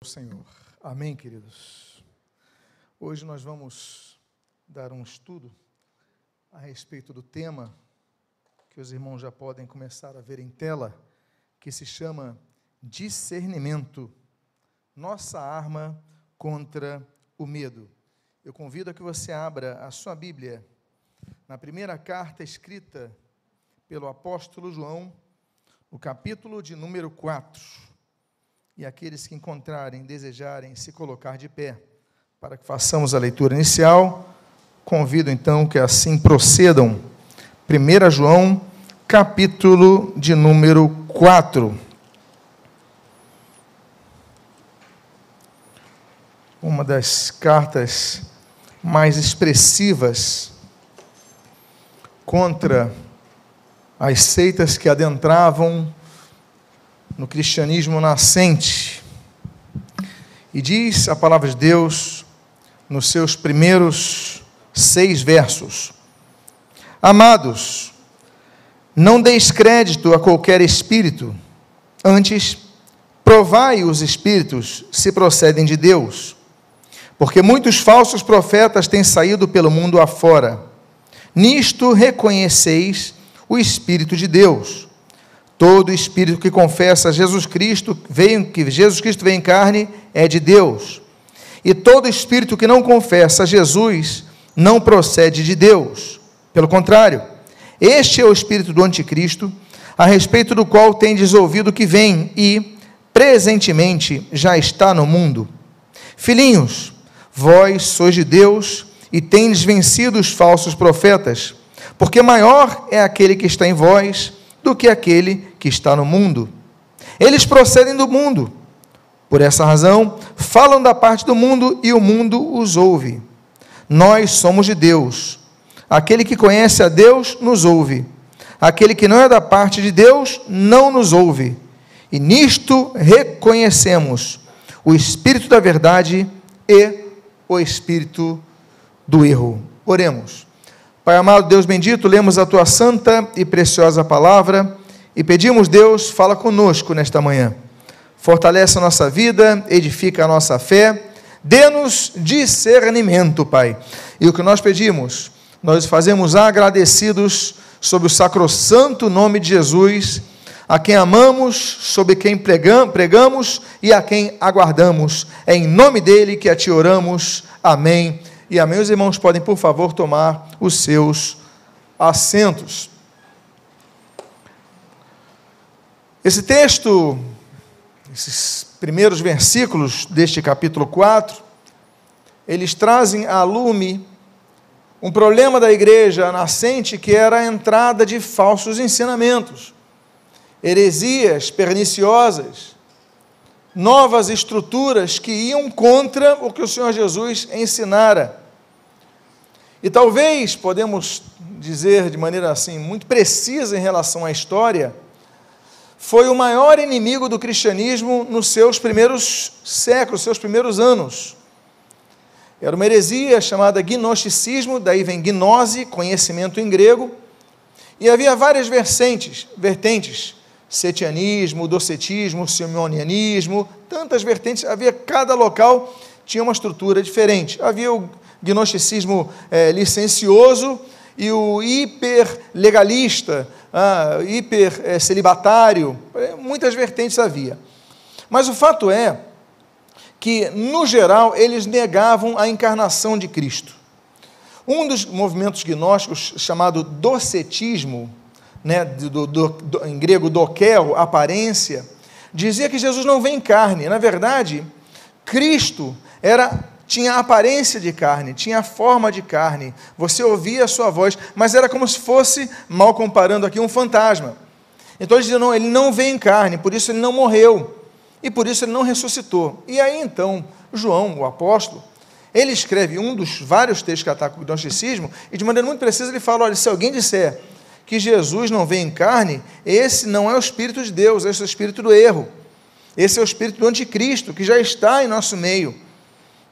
Senhor. Amém, queridos? Hoje nós vamos dar um estudo a respeito do tema que os irmãos já podem começar a ver em tela, que se chama discernimento, nossa arma contra o medo. Eu convido a que você abra a sua Bíblia na primeira carta escrita pelo apóstolo João, no capítulo de número 4. E aqueles que encontrarem, desejarem se colocar de pé, para que façamos a leitura inicial, convido então que assim procedam. 1 João, capítulo de número 4. Uma das cartas mais expressivas contra as seitas que adentravam no cristianismo nascente. E diz a palavra de Deus, nos seus primeiros 6 versos: Amados, não deis crédito a qualquer espírito, antes provai os espíritos se procedem de Deus, porque muitos falsos profetas têm saído pelo mundo afora. Nisto reconheceis o Espírito de Deus. Todo espírito que confessa que Jesus Cristo veio em carne é de Deus. E todo espírito que não confessa Jesus não procede de Deus. Pelo contrário, este é o espírito do anticristo, a respeito do qual tendes ouvido que vem e, presentemente, já está no mundo. Filhinhos, vós sois de Deus e tendes vencido os falsos profetas, porque maior é aquele que está em vós do que aquele que está no mundo. Eles procedem do mundo. Por essa razão, falam da parte do mundo e o mundo os ouve. Nós somos de Deus. Aquele que conhece a Deus nos ouve. Aquele que não é da parte de Deus não nos ouve. E nisto reconhecemos o espírito da verdade e o espírito do erro. Oremos. Pai amado, Deus bendito, lemos a Tua santa e preciosa palavra e pedimos, Deus, fala conosco nesta manhã. Fortalece a nossa vida, edifica a nossa fé, dê-nos discernimento, Pai. E o que nós pedimos, nós fazemos agradecidos sobre o sacrossanto nome de Jesus, a quem amamos, sobre quem pregamos e a quem aguardamos. É em nome dele que a Ti oramos. Amém. E amém. Os irmãos podem, por favor, tomar os seus assentos. Esse texto, esses primeiros versículos deste capítulo 4, eles trazem à lume um problema da igreja nascente, que era a entrada de falsos ensinamentos, heresias perniciosas, novas estruturas que iam contra o que o Senhor Jesus ensinara. E talvez, podemos dizer de maneira assim, muito precisa em relação à história, foi o maior inimigo do cristianismo nos seus primeiros séculos, seus primeiros anos. Era uma heresia chamada gnosticismo, daí vem gnose, conhecimento em grego, e havia várias vertentes, setianismo, docetismo, simeonianismo, tantas vertentes, havia, cada local tinha uma estrutura diferente. Havia o gnosticismo licencioso e o hiperlegalista, hipercelibatário, muitas vertentes havia. Mas o fato é que, no geral, eles negavam a encarnação de Cristo. Um dos movimentos gnósticos, chamado docetismo, em grego dokel, aparência, dizia que Jesus não vem em carne. Na verdade, Cristo tinha a aparência de carne, tinha a forma de carne, você ouvia a sua voz, mas era como se fosse, mal comparando aqui, um fantasma. Então eles diziam, não, ele não vem em carne, por isso ele não morreu, e por isso ele não ressuscitou. E aí então, João, o apóstolo, ele escreve um dos vários textos que atacam o gnosticismo, e de maneira muito precisa ele fala, olha, se alguém disser que Jesus não vem em carne, esse não é o Espírito de Deus, esse é o Espírito do erro, esse é o Espírito do anticristo, que já está em nosso meio.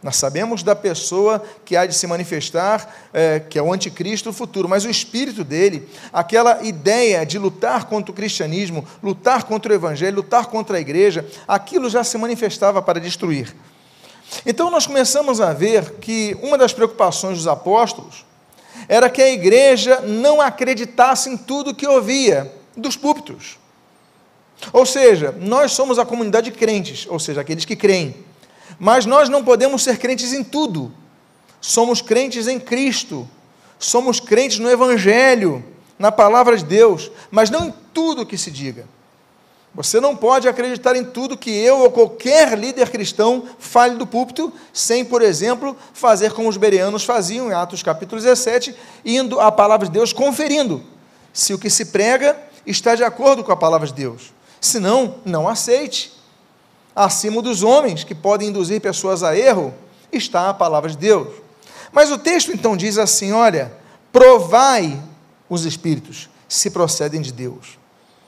Nós sabemos da pessoa que há de se manifestar, que é o anticristo futuro, mas o espírito dele, aquela ideia de lutar contra o cristianismo, lutar contra o evangelho, lutar contra a igreja, aquilo já se manifestava para destruir. Então nós começamos a ver que uma das preocupações dos apóstolos era que a igreja não acreditasse em tudo que ouvia dos púlpitos. Ou seja, nós somos a comunidade de crentes, ou seja, aqueles que creem. Mas nós não podemos ser crentes em tudo. Somos crentes em Cristo. Somos crentes no Evangelho, na palavra de Deus, mas não em tudo que se diga. Você não pode acreditar em tudo que eu ou qualquer líder cristão fale do púlpito, sem, por exemplo, fazer como os bereanos faziam em Atos capítulo 17, indo à palavra de Deus, conferindo se o que se prega está de acordo com a palavra de Deus. Senão, não aceite. Acima dos homens, que podem induzir pessoas a erro, está a palavra de Deus. Mas o texto então diz assim, olha, provai os espíritos, se procedem de Deus.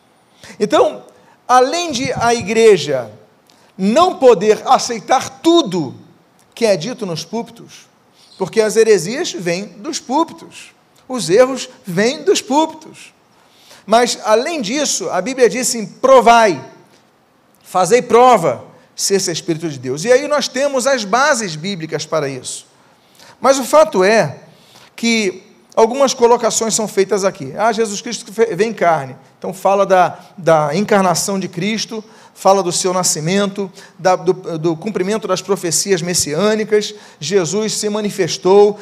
Então, além de a igreja não poder aceitar tudo que é dito nos púlpitos, porque as heresias vêm dos púlpitos, os erros vêm dos púlpitos. Mas, além disso, a Bíblia diz assim, provai, fazei prova se esse é Espírito de Deus. E aí nós temos as bases bíblicas para isso. Mas o fato é que algumas colocações são feitas aqui. Jesus Cristo vem em carne. Então fala da encarnação de Cristo, fala do seu nascimento, do cumprimento das profecias messiânicas. Jesus se manifestou.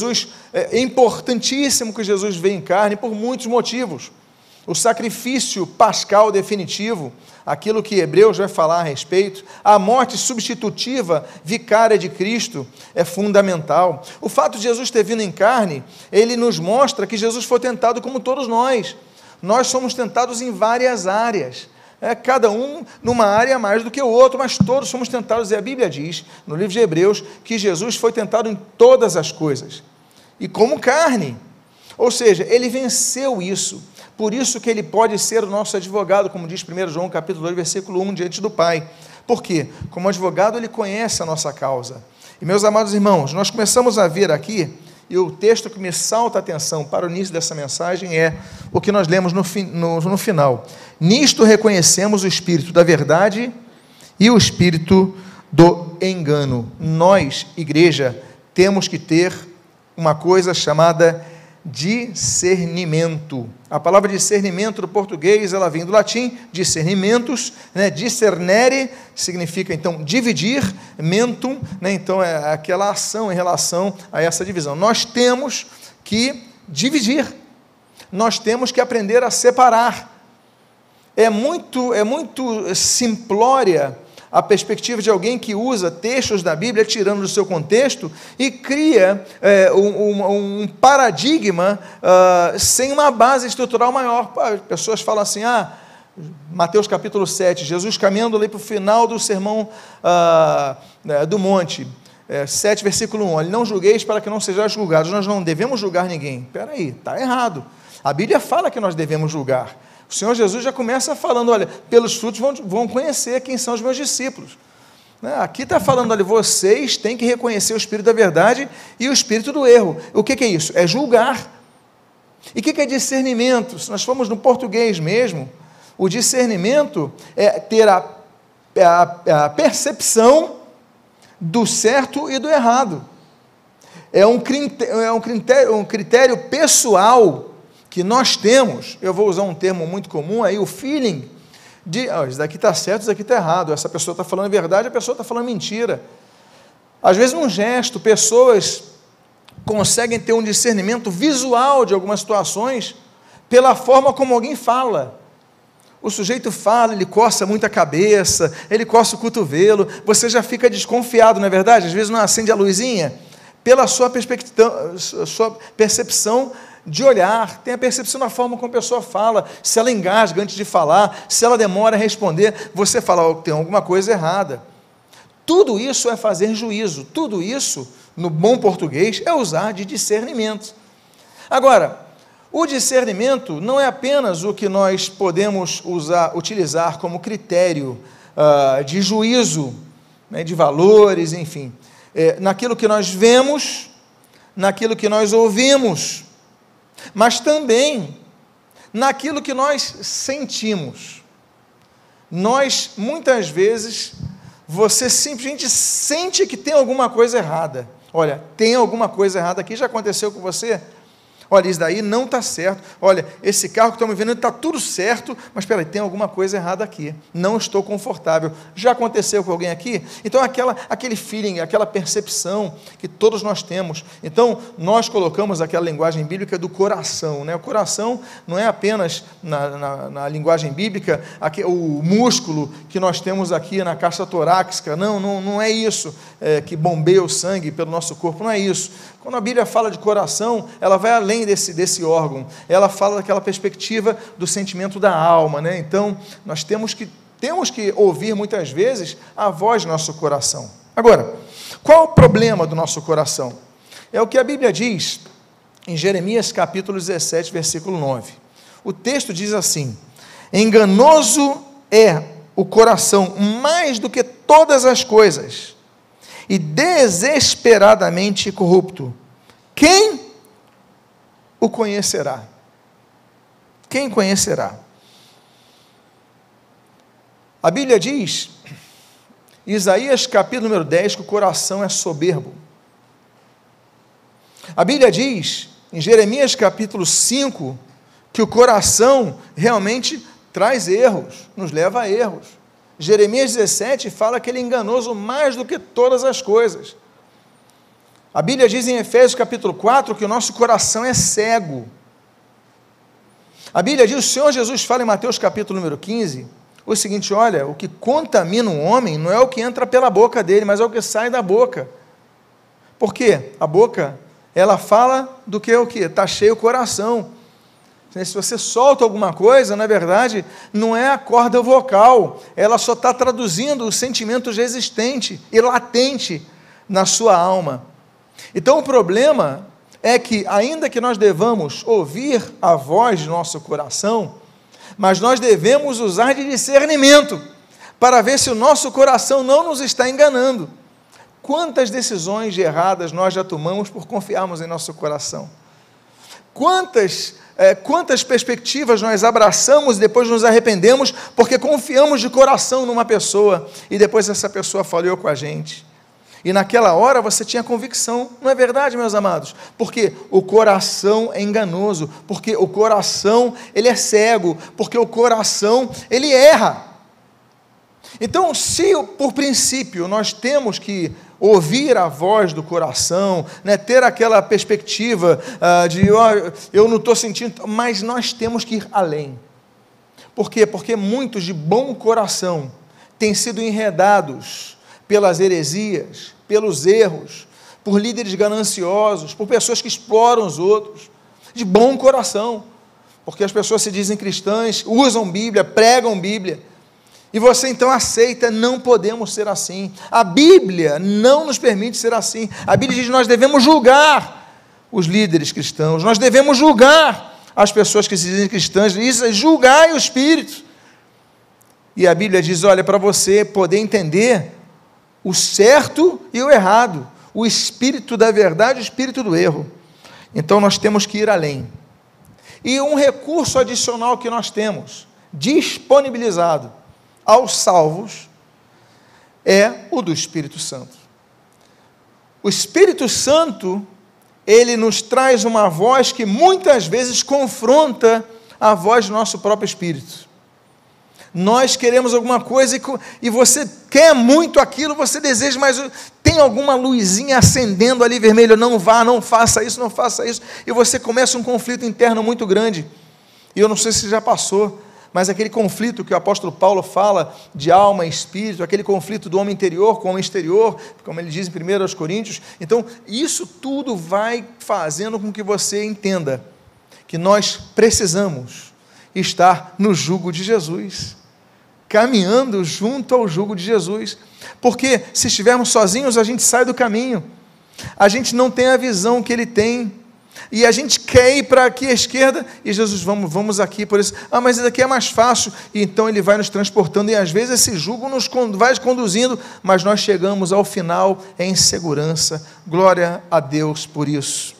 É importantíssimo que Jesus venha em carne por muitos motivos. O sacrifício pascal definitivo, aquilo que Hebreus vai falar a respeito, a morte substitutiva vicária de Cristo é fundamental. O fato de Jesus ter vindo em carne, ele nos mostra que Jesus foi tentado como todos nós. Nós somos tentados em várias áreas, cada um numa área mais do que o outro, mas todos somos tentados, e a Bíblia diz, no livro de Hebreus, que Jesus foi tentado em todas as coisas, e como carne, ou seja, ele venceu isso. Por isso que ele pode ser o nosso advogado, como diz 1 João capítulo 2, versículo 1, diante do Pai. Por quê? Como advogado, ele conhece a nossa causa. E, meus amados irmãos, nós começamos a ver aqui, e o texto que me salta a atenção para o início dessa mensagem é o que nós lemos no final. Nisto reconhecemos o espírito da verdade e o espírito do engano. Nós, igreja, temos que ter uma coisa chamada discernimento. A palavra discernimento do português, ela vem do latim, discernimentos, discernere significa então dividir, mentum, então é aquela ação em relação a essa divisão. Nós temos que dividir, nós temos que aprender a separar. É muito simplória a perspectiva de alguém que usa textos da Bíblia, tirando do seu contexto, e cria um paradigma sem uma base estrutural maior. Pessoas falam assim, Mateus capítulo 7, Jesus caminhando ali para o final do sermão do monte, 7, versículo 1, não julgueis para que não sejais julgados, nós não devemos julgar ninguém. Espera aí, está errado. A Bíblia fala que nós devemos julgar. O Senhor Jesus já começa falando, olha, pelos frutos vão conhecer quem são os meus discípulos. Aqui está falando, olha, vocês têm que reconhecer o espírito da verdade e o espírito do erro. O que é isso? É julgar. E o que é discernimento? Se nós formos no português mesmo, o discernimento é ter a percepção do certo e do errado. É um critério pessoal que nós temos. Eu vou usar um termo muito comum aí, o feeling, de, isso daqui está certo, isso daqui está errado, essa pessoa está falando a verdade, a pessoa está falando mentira. Às vezes, num gesto, pessoas conseguem ter um discernimento visual de algumas situações, pela forma como alguém fala. O sujeito fala, ele coça muito a cabeça, ele coça o cotovelo, você já fica desconfiado, não é verdade? Às vezes não acende a luzinha, pela sua percepção de olhar, tem a percepção da forma como a pessoa fala, se ela engasga antes de falar, se ela demora a responder, você fala, tem alguma coisa errada. Tudo isso é fazer juízo, tudo isso, no bom português, é usar de discernimento. Agora, o discernimento não é apenas o que nós podemos utilizar como critério de juízo, de valores, enfim. naquilo que nós vemos, naquilo que nós ouvimos, mas também naquilo que nós sentimos. Nós, muitas vezes, você simplesmente sente que tem alguma coisa errada. Olha, tem alguma coisa errada aqui, já aconteceu com você? Olha, isso daí não está certo. Olha, esse carro que estamos vendo está tudo certo, mas espera aí, tem alguma coisa errada aqui. Não estou confortável. Já aconteceu com alguém aqui? Então, aquele feeling, aquela percepção que todos nós temos. Então, nós colocamos aquela linguagem bíblica do coração, né? O coração não é apenas, na linguagem bíblica, o músculo que nós temos aqui na caixa torácica. Não é isso que bombeia o sangue pelo nosso corpo, não é isso. Quando a Bíblia fala de coração, ela vai além desse órgão, ela fala daquela perspectiva do sentimento da alma, né? Então, nós temos que ouvir muitas vezes a voz do nosso coração. Agora, qual o problema do nosso coração? É o que a Bíblia diz em Jeremias capítulo 17, versículo 9. O texto diz assim: enganoso é o coração mais do que todas as coisas, e desesperadamente corrupto. Quem o conhecerá? Quem conhecerá? A Bíblia diz, em Isaías capítulo número 10, que o coração é soberbo. A Bíblia diz, em Jeremias capítulo 5, que o coração realmente traz erros, nos leva a erros. Jeremias 17 fala que ele é enganoso mais do que todas as coisas. A Bíblia diz em Efésios capítulo 4 que o nosso coração é cego. A Bíblia diz, o Senhor Jesus fala em Mateus capítulo número 15, o seguinte: olha, o que contamina um homem não é o que entra pela boca dele, mas é o que sai da boca. Por quê? A boca, ela fala do que é o que? Está cheio o coração. Se você solta alguma coisa, na verdade, não é a corda vocal, ela só está traduzindo o sentimento já existente e latente na sua alma. Então o problema é que, ainda que nós devamos ouvir a voz do nosso coração, mas nós devemos usar de discernimento, para ver se o nosso coração não nos está enganando. Quantas decisões erradas nós já tomamos por confiarmos em nosso coração? Quantas perspectivas nós abraçamos e depois nos arrependemos porque confiamos de coração numa pessoa e depois essa pessoa falhou com a gente. E naquela hora você tinha convicção, não é verdade, meus amados? Porque o coração é enganoso, porque o coração ele é cego, porque o coração ele erra. Então, se por princípio nós temos que ouvir a voz do coração, né, ter aquela perspectiva eu não estou sentindo, mas nós temos que ir além. Por quê? Porque muitos de bom coração têm sido enredados pelas heresias, pelos erros, por líderes gananciosos, por pessoas que exploram os outros, de bom coração, porque as pessoas se dizem cristãs, usam Bíblia, pregam Bíblia, e você então aceita. Não podemos ser assim. A Bíblia não nos permite ser assim. A Bíblia diz que nós devemos julgar os líderes cristãos, nós devemos julgar as pessoas que se dizem cristãs, isso é julgar o Espírito. E a Bíblia diz, olha, para você poder entender o certo e o errado, o espírito da verdade e o espírito do erro. Então nós temos que ir além. E um recurso adicional que nós temos, disponibilizado aos salvos, é o do Espírito Santo. O Espírito Santo, ele nos traz uma voz que muitas vezes confronta a voz do nosso próprio espírito. Nós queremos alguma coisa e você quer muito aquilo, você deseja, mas tem alguma luzinha acendendo ali vermelha, não vá, não faça isso, e você começa um conflito interno muito grande. E eu não sei se já passou, mas aquele conflito que o apóstolo Paulo fala de alma e espírito, aquele conflito do homem interior com o homem exterior, como ele diz em 1 Coríntios, então isso tudo vai fazendo com que você entenda que nós precisamos estar no jugo de Jesus, caminhando junto ao jugo de Jesus, porque se estivermos sozinhos a gente sai do caminho, a gente não tem a visão que ele tem, E a gente quer ir para aqui à esquerda, e Jesus, vamos aqui por isso. Ah, mas isso aqui é mais fácil. E então ele vai nos transportando, e às vezes esse jugo vai conduzindo, mas nós chegamos ao final em segurança. Glória a Deus por isso.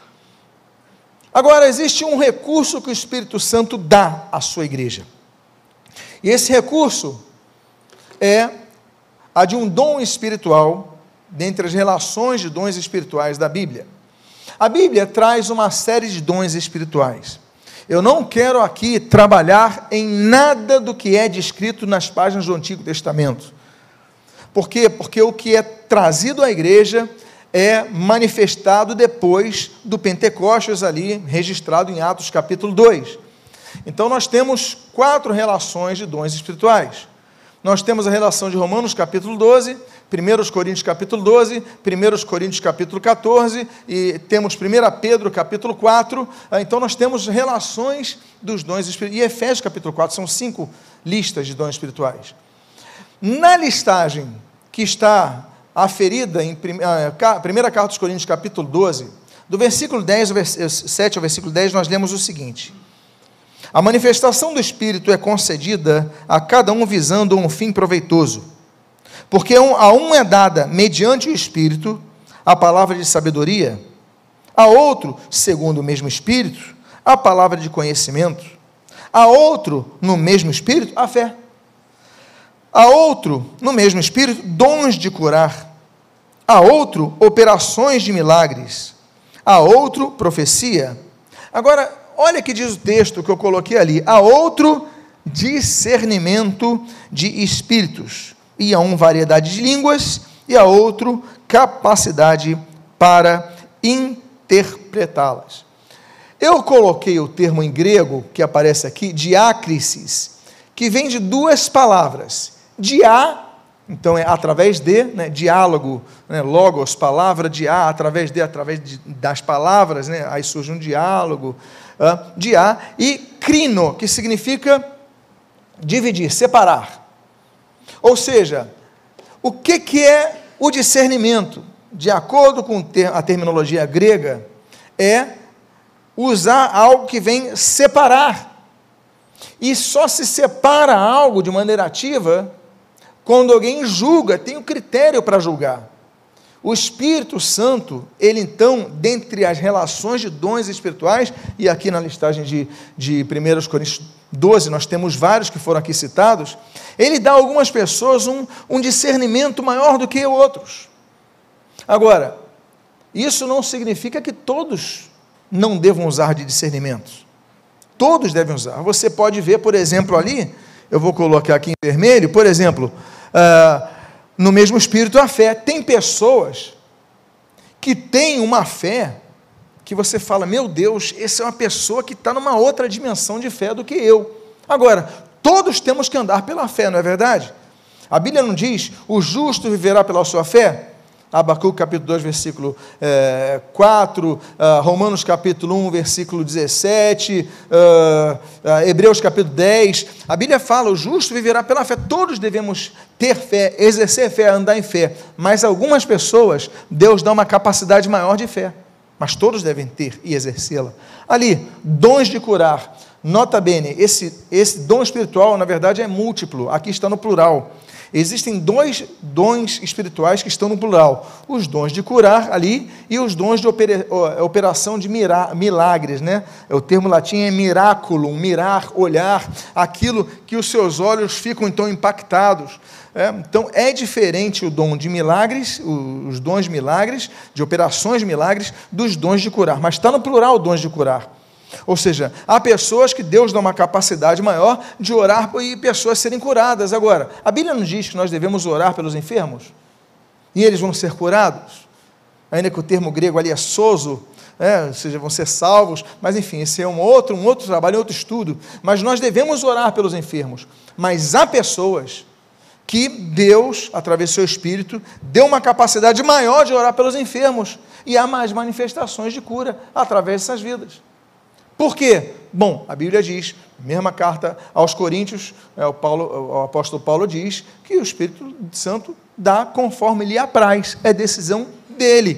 Agora, existe um recurso que o Espírito Santo dá à sua igreja. E esse recurso é a de um dom espiritual, dentre as relações de dons espirituais da Bíblia. A Bíblia traz uma série de dons espirituais. Eu não quero aqui trabalhar em nada do que é descrito nas páginas do Antigo Testamento. Por quê? Porque o que é trazido à igreja é manifestado depois do Pentecostes, ali registrado em Atos capítulo 2. Então nós temos 4 relações de dons espirituais. Nós temos a relação de Romanos capítulo 12, 1 Coríntios capítulo 12, 1 Coríntios capítulo 14, e temos 1 Pedro capítulo 4, então nós temos relações dos dons espirituais, e Efésios capítulo 4, são 5 listas de dons espirituais. Na listagem que está aferida em 1 Carta aos Coríntios capítulo 12, do versículo 7 ao versículo 10, nós lemos o seguinte: a manifestação do Espírito é concedida a cada um visando um fim proveitoso, porque a um é dada, mediante o Espírito, a palavra de sabedoria, a outro, segundo o mesmo Espírito, a palavra de conhecimento, a outro, no mesmo Espírito, a fé, a outro, no mesmo Espírito, dons de curar, a outro, operações de milagres, a outro, profecia. Agora, olha que diz o texto que eu coloquei ali: a outro, discernimento de espíritos, e a um, variedade de línguas, e a outro, capacidade para interpretá-las. Eu coloquei o termo em grego, que aparece aqui, diácrisis, que vem de 2 palavras, dia, então é através de, diálogo, logos, palavra, dia, através das palavras, aí surge um diálogo, dia, e crino, que significa dividir, separar. Ou seja, o que é o discernimento? De acordo com a terminologia grega, é usar algo que vem separar. E só se separa algo de maneira ativa quando alguém julga, tem o critério para julgar. O Espírito Santo, ele então, dentre as relações de dons espirituais, e aqui na listagem de 1 Coríntios 12, nós temos vários que foram aqui citados, ele dá a algumas pessoas um discernimento maior do que outros. Agora, isso não significa que todos não devam usar de discernimento. Todos devem usar. Você pode ver, por exemplo, ali, eu vou colocar aqui em vermelho, por exemplo, no mesmo Espírito a fé. Tem pessoas que têm uma fé que você fala: meu Deus, essa é uma pessoa que está numa outra dimensão de fé do que eu. Agora, todos temos que andar pela fé, não é verdade? A Bíblia não diz: o justo viverá pela sua fé? Abacuque capítulo 2, versículo 4, Romanos capítulo 1, versículo 17, Hebreus capítulo 10, a Bíblia fala: o justo viverá pela fé. Todos devemos ter fé, exercer fé, andar em fé, mas algumas pessoas, Deus dá uma capacidade maior de fé, mas todos devem ter e exercê-la. Ali, dons de curar, nota bene, esse dom espiritual, na verdade, é múltiplo, aqui está no plural. Existem 2 dons espirituais que estão no plural: os dons de curar ali e os dons de operação de milagres, O termo latim é miraculum, mirar, olhar, aquilo que os seus olhos ficam então impactados. Então é diferente o dom de milagres, os dons de milagres, de operações de milagres, dos dons de curar, mas está no plural dons de curar. Ou seja, há pessoas que Deus dá uma capacidade maior de orar e pessoas serem curadas. Agora, a Bíblia não diz que nós devemos orar pelos enfermos? E eles vão ser curados? Ainda que o termo grego ali é sozo, ou seja, vão ser salvos, mas enfim, esse é um outro trabalho, um outro estudo. Mas nós devemos orar pelos enfermos. Mas há pessoas que Deus, através do seu Espírito, deu uma capacidade maior de orar pelos enfermos. E há mais manifestações de cura através dessas vidas. Por quê? Bom, a Bíblia diz, mesma carta aos Coríntios, o apóstolo Paulo diz que o Espírito Santo dá conforme lhe apraz, é decisão dele.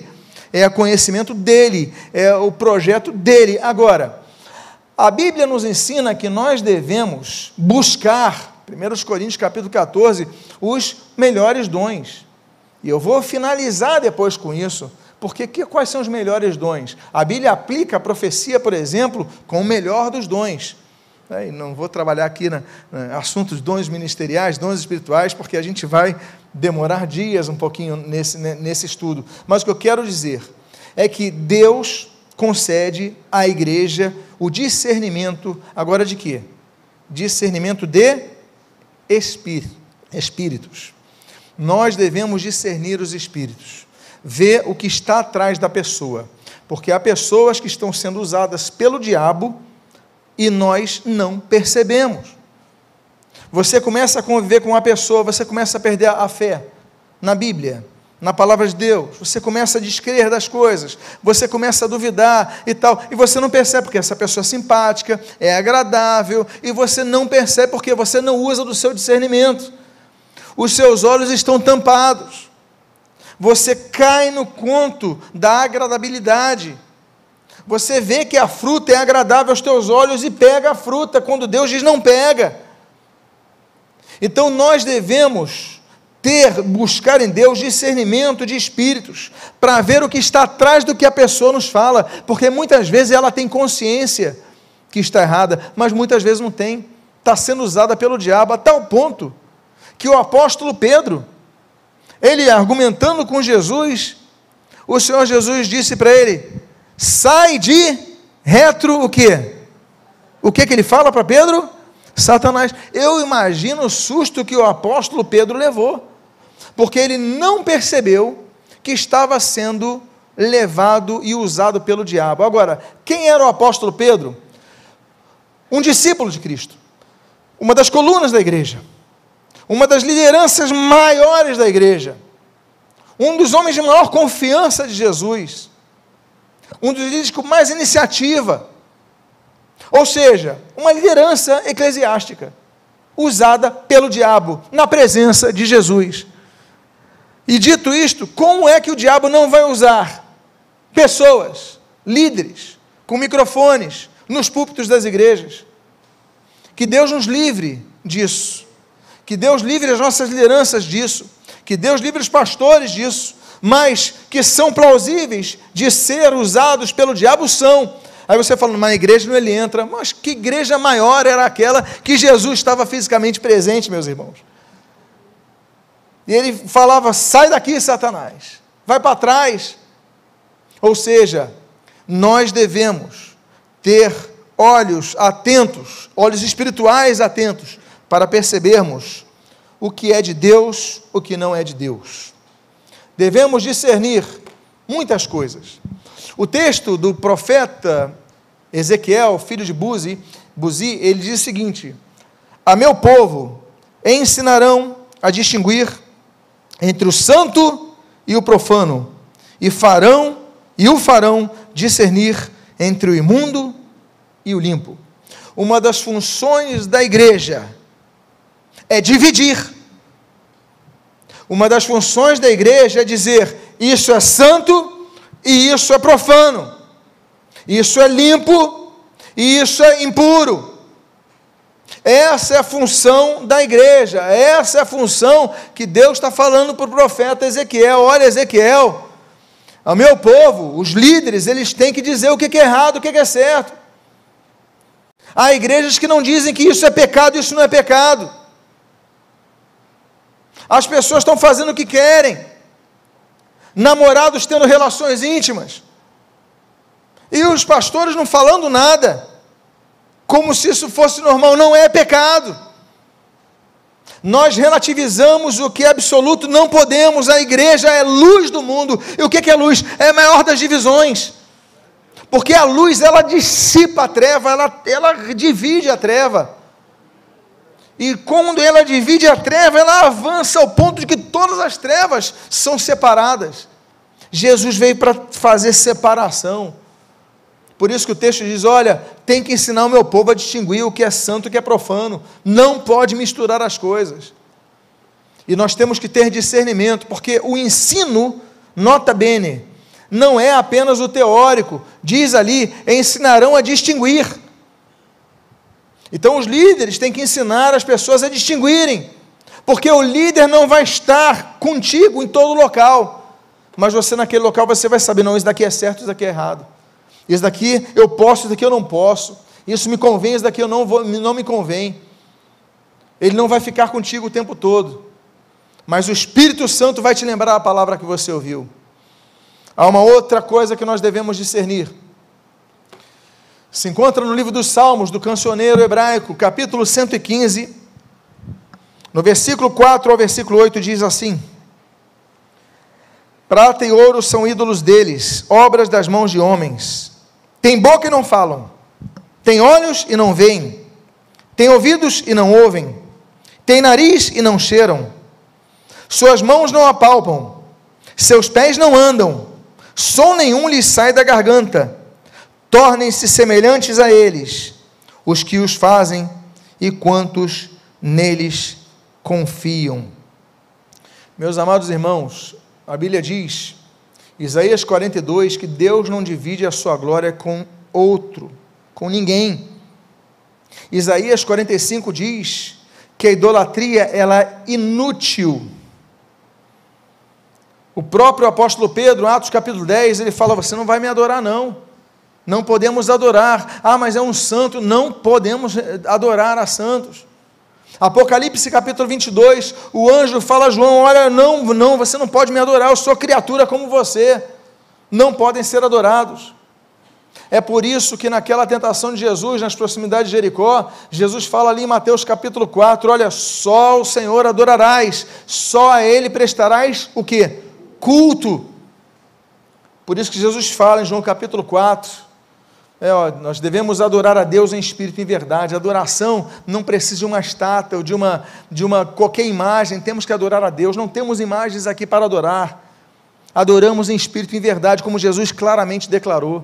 é o conhecimento dele, é o projeto dele. Agora, a Bíblia nos ensina que nós devemos buscar, 1 Coríntios capítulo 14, os melhores dons. E eu vou finalizar depois com isso, porque quais são os melhores dons? A Bíblia aplica a profecia, por exemplo, com o melhor dos dons. E não vou trabalhar aqui no assunto dos dons ministeriais, dons espirituais, porque a gente vai demorar dias um pouquinho nesse estudo. Mas o que eu quero dizer é que Deus concede à igreja o discernimento, agora de quê? Discernimento de espíritos. Nós devemos discernir os espíritos, ver o que está atrás da pessoa, porque há pessoas que estão sendo usadas pelo diabo e nós não percebemos. Você começa a conviver com uma pessoa, você começa a perder a fé na Bíblia, na palavra de Deus, você começa a descrer das coisas, você começa a duvidar e tal, e você não percebe porque essa pessoa é simpática, é agradável, e você não percebe porque você não usa do seu discernimento, os seus olhos estão tampados, você cai no conto da agradabilidade, você vê que a fruta é agradável aos teus olhos e pega a fruta, quando Deus diz não pega. Então nós devemos buscar em Deus discernimento de espíritos, para ver o que está atrás do que a pessoa nos fala, porque muitas vezes ela tem consciência que está errada, mas muitas vezes não tem, está sendo usada pelo diabo, a tal ponto, que o apóstolo Pedro, ele argumentando com Jesus, o Senhor Jesus disse para ele, sai de retro o quê? O que ele fala para Pedro? Satanás. Eu imagino o susto que o apóstolo Pedro levou, porque ele não percebeu que estava sendo levado e usado pelo diabo. Agora, quem era o apóstolo Pedro? Um discípulo de Cristo, uma das colunas da igreja, uma das lideranças maiores da igreja, um dos homens de maior confiança de Jesus, um dos líderes com mais iniciativa, ou seja, uma liderança eclesiástica, usada pelo diabo, na presença de Jesus. E dito isto, como é que o diabo não vai usar pessoas, líderes, com microfones, nos púlpitos das igrejas? Que Deus nos livre disso, que Deus livre as nossas lideranças disso, que Deus livre os pastores disso, mas que são plausíveis de ser usados pelo diabo, são. Aí você fala, mas na igreja não ele entra, mas que igreja maior era aquela que Jesus estava fisicamente presente, meus irmãos? E ele falava, sai daqui, Satanás, vai para trás. Ou seja, nós devemos ter olhos atentos, olhos espirituais atentos, para percebermos o que é de Deus, o que não é de Deus. Devemos discernir muitas coisas. O texto do profeta Ezequiel, filho de Buzi, ele diz o seguinte, a meu povo ensinarão a distinguir entre o santo e o profano, e o farão discernir entre o imundo e o limpo. Uma das funções da igreja é dividir. Uma das funções da igreja é dizer, isso é santo e isso é profano, isso é limpo e isso é impuro. Essa é a função da igreja, essa é a função que Deus está falando para o profeta Ezequiel. Olha, Ezequiel, ao meu povo, os líderes, eles têm que dizer o que é errado, o que é certo. Há igrejas que não dizem que isso é pecado, isso não é pecado. As pessoas estão fazendo o que querem, namorados tendo relações íntimas, e os pastores não falando nada, como se isso fosse normal. Não é pecado. Nós relativizamos o que é absoluto, não podemos. A igreja é luz do mundo, e o que é luz? É a maior das divisões, porque a luz, ela dissipa a treva, ela divide a treva, e quando ela divide a treva, ela avança ao ponto de que todas as trevas são separadas. Jesus veio para fazer separação. Por isso que o texto diz, olha, tem que ensinar o meu povo a distinguir o que é santo e o que é profano. Não pode misturar as coisas. E nós temos que ter discernimento, porque o ensino, nota bene, não é apenas o teórico, diz ali, ensinarão a distinguir. Então os líderes têm que ensinar as pessoas a distinguirem, porque o líder não vai estar contigo em todo local, mas você naquele local você vai saber, não, isso daqui é certo, isso daqui é errado, isso daqui eu posso, isso daqui eu não posso, isso me convém, isso daqui eu não me convém. Ele não vai ficar contigo o tempo todo, mas o Espírito Santo vai te lembrar a palavra que você ouviu. Há uma outra coisa que nós devemos discernir, se encontra no livro dos Salmos, do cancioneiro hebraico, capítulo 115, no versículo 4 ao versículo 8, diz assim: prata e ouro são ídolos deles, obras das mãos de homens, têm boca e não falam, têm olhos e não veem, têm ouvidos e não ouvem, têm nariz e não cheiram, suas mãos não apalpam, seus pés não andam, som nenhum lhes sai da garganta, tornem-se semelhantes a eles, os que os fazem e quantos neles confiam. Meus amados irmãos, a Bíblia diz, Isaías 42, que Deus não divide a sua glória com outro, com ninguém. Isaías 45 diz que a idolatria ela é inútil. O próprio apóstolo Pedro, Atos capítulo 10, ele fala, você não vai me adorar não podemos adorar, mas é um santo, não podemos adorar a santos. Apocalipse capítulo 22, o anjo fala a João, olha, não, você não pode me adorar, eu sou criatura como você, não podem ser adorados. É por isso que naquela tentação de Jesus, nas proximidades de Jericó, Jesus fala ali em Mateus capítulo 4, olha, só o Senhor adorarás, só a Ele prestarás o quê? Culto. Por isso que Jesus fala em João capítulo 4, nós devemos adorar a Deus em espírito e em verdade. A adoração não precisa de uma estátua ou de uma qualquer imagem, temos que adorar a Deus, não temos imagens aqui para adorar, adoramos em espírito e em verdade, como Jesus claramente declarou.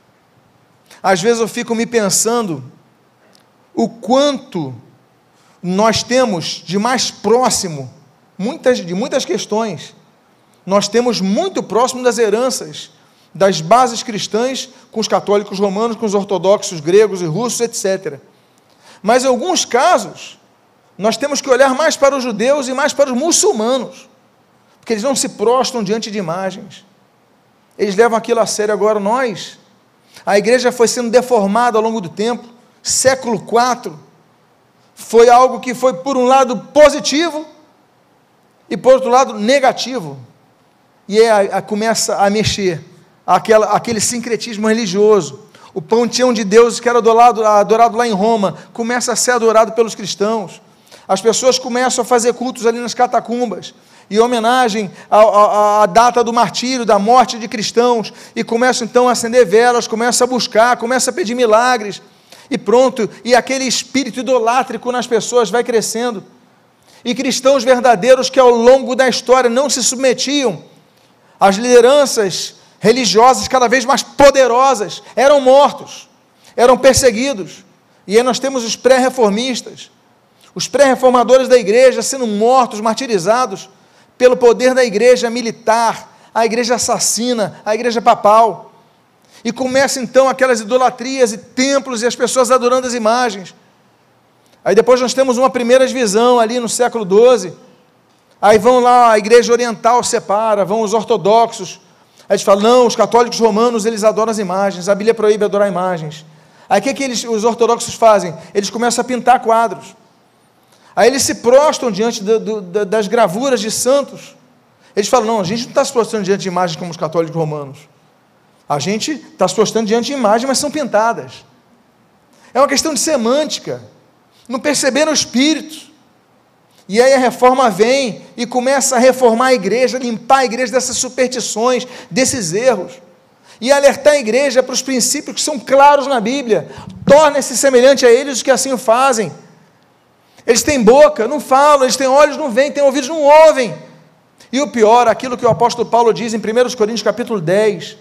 Às vezes eu fico me pensando, o quanto nós temos de mais próximo, de muitas questões, nós temos muito próximo das heranças, das bases cristãs, com os católicos romanos, com os ortodoxos gregos e russos, etc. Mas em alguns casos, nós temos que olhar mais para os judeus e mais para os muçulmanos, porque eles não se prostram diante de imagens, eles levam aquilo a sério. Agora a igreja foi sendo deformada ao longo do tempo, século IV, foi algo que foi por um lado positivo, e por outro lado negativo, e aí começa a mexer, aquele sincretismo religioso, o panteão de deuses que era adorado lá em Roma, começa a ser adorado pelos cristãos, as pessoas começam a fazer cultos ali nas catacumbas, em homenagem à data do martírio, da morte de cristãos, e começam então a acender velas, começam a buscar, começam a pedir milagres, e pronto, e aquele espírito idolátrico nas pessoas vai crescendo, e cristãos verdadeiros que ao longo da história não se submetiam às lideranças religiosas cada vez mais poderosas, eram mortos, eram perseguidos, e aí nós temos os pré-reformistas, os pré-reformadores da igreja sendo mortos, martirizados, pelo poder da igreja militar, a igreja assassina, a igreja papal, e começa então aquelas idolatrias e templos, e as pessoas adorando as imagens, aí depois nós temos uma primeira divisão ali no século XII, aí vão lá, a igreja oriental separa, vão os ortodoxos, aí eles falam, não, os católicos romanos, eles adoram as imagens, a Bíblia proíbe adorar imagens. Aí o que os ortodoxos fazem? Eles começam a pintar quadros, aí eles se prostram diante das gravuras de santos, eles falam, não, a gente não está se prostrando diante de imagens como os católicos romanos, a gente está se prostrando diante de imagens, mas são pintadas, é uma questão de semântica, não perceberam o espírito. E aí a reforma vem e começa a reformar a igreja, limpar a igreja dessas superstições, desses erros, e alertar a igreja para os princípios que são claros na Bíblia, torna-se semelhante a eles os que assim o fazem. Eles têm boca, não falam, eles têm olhos, não veem, têm ouvidos, não ouvem. E o pior, aquilo que o apóstolo Paulo diz em 1 Coríntios capítulo 10,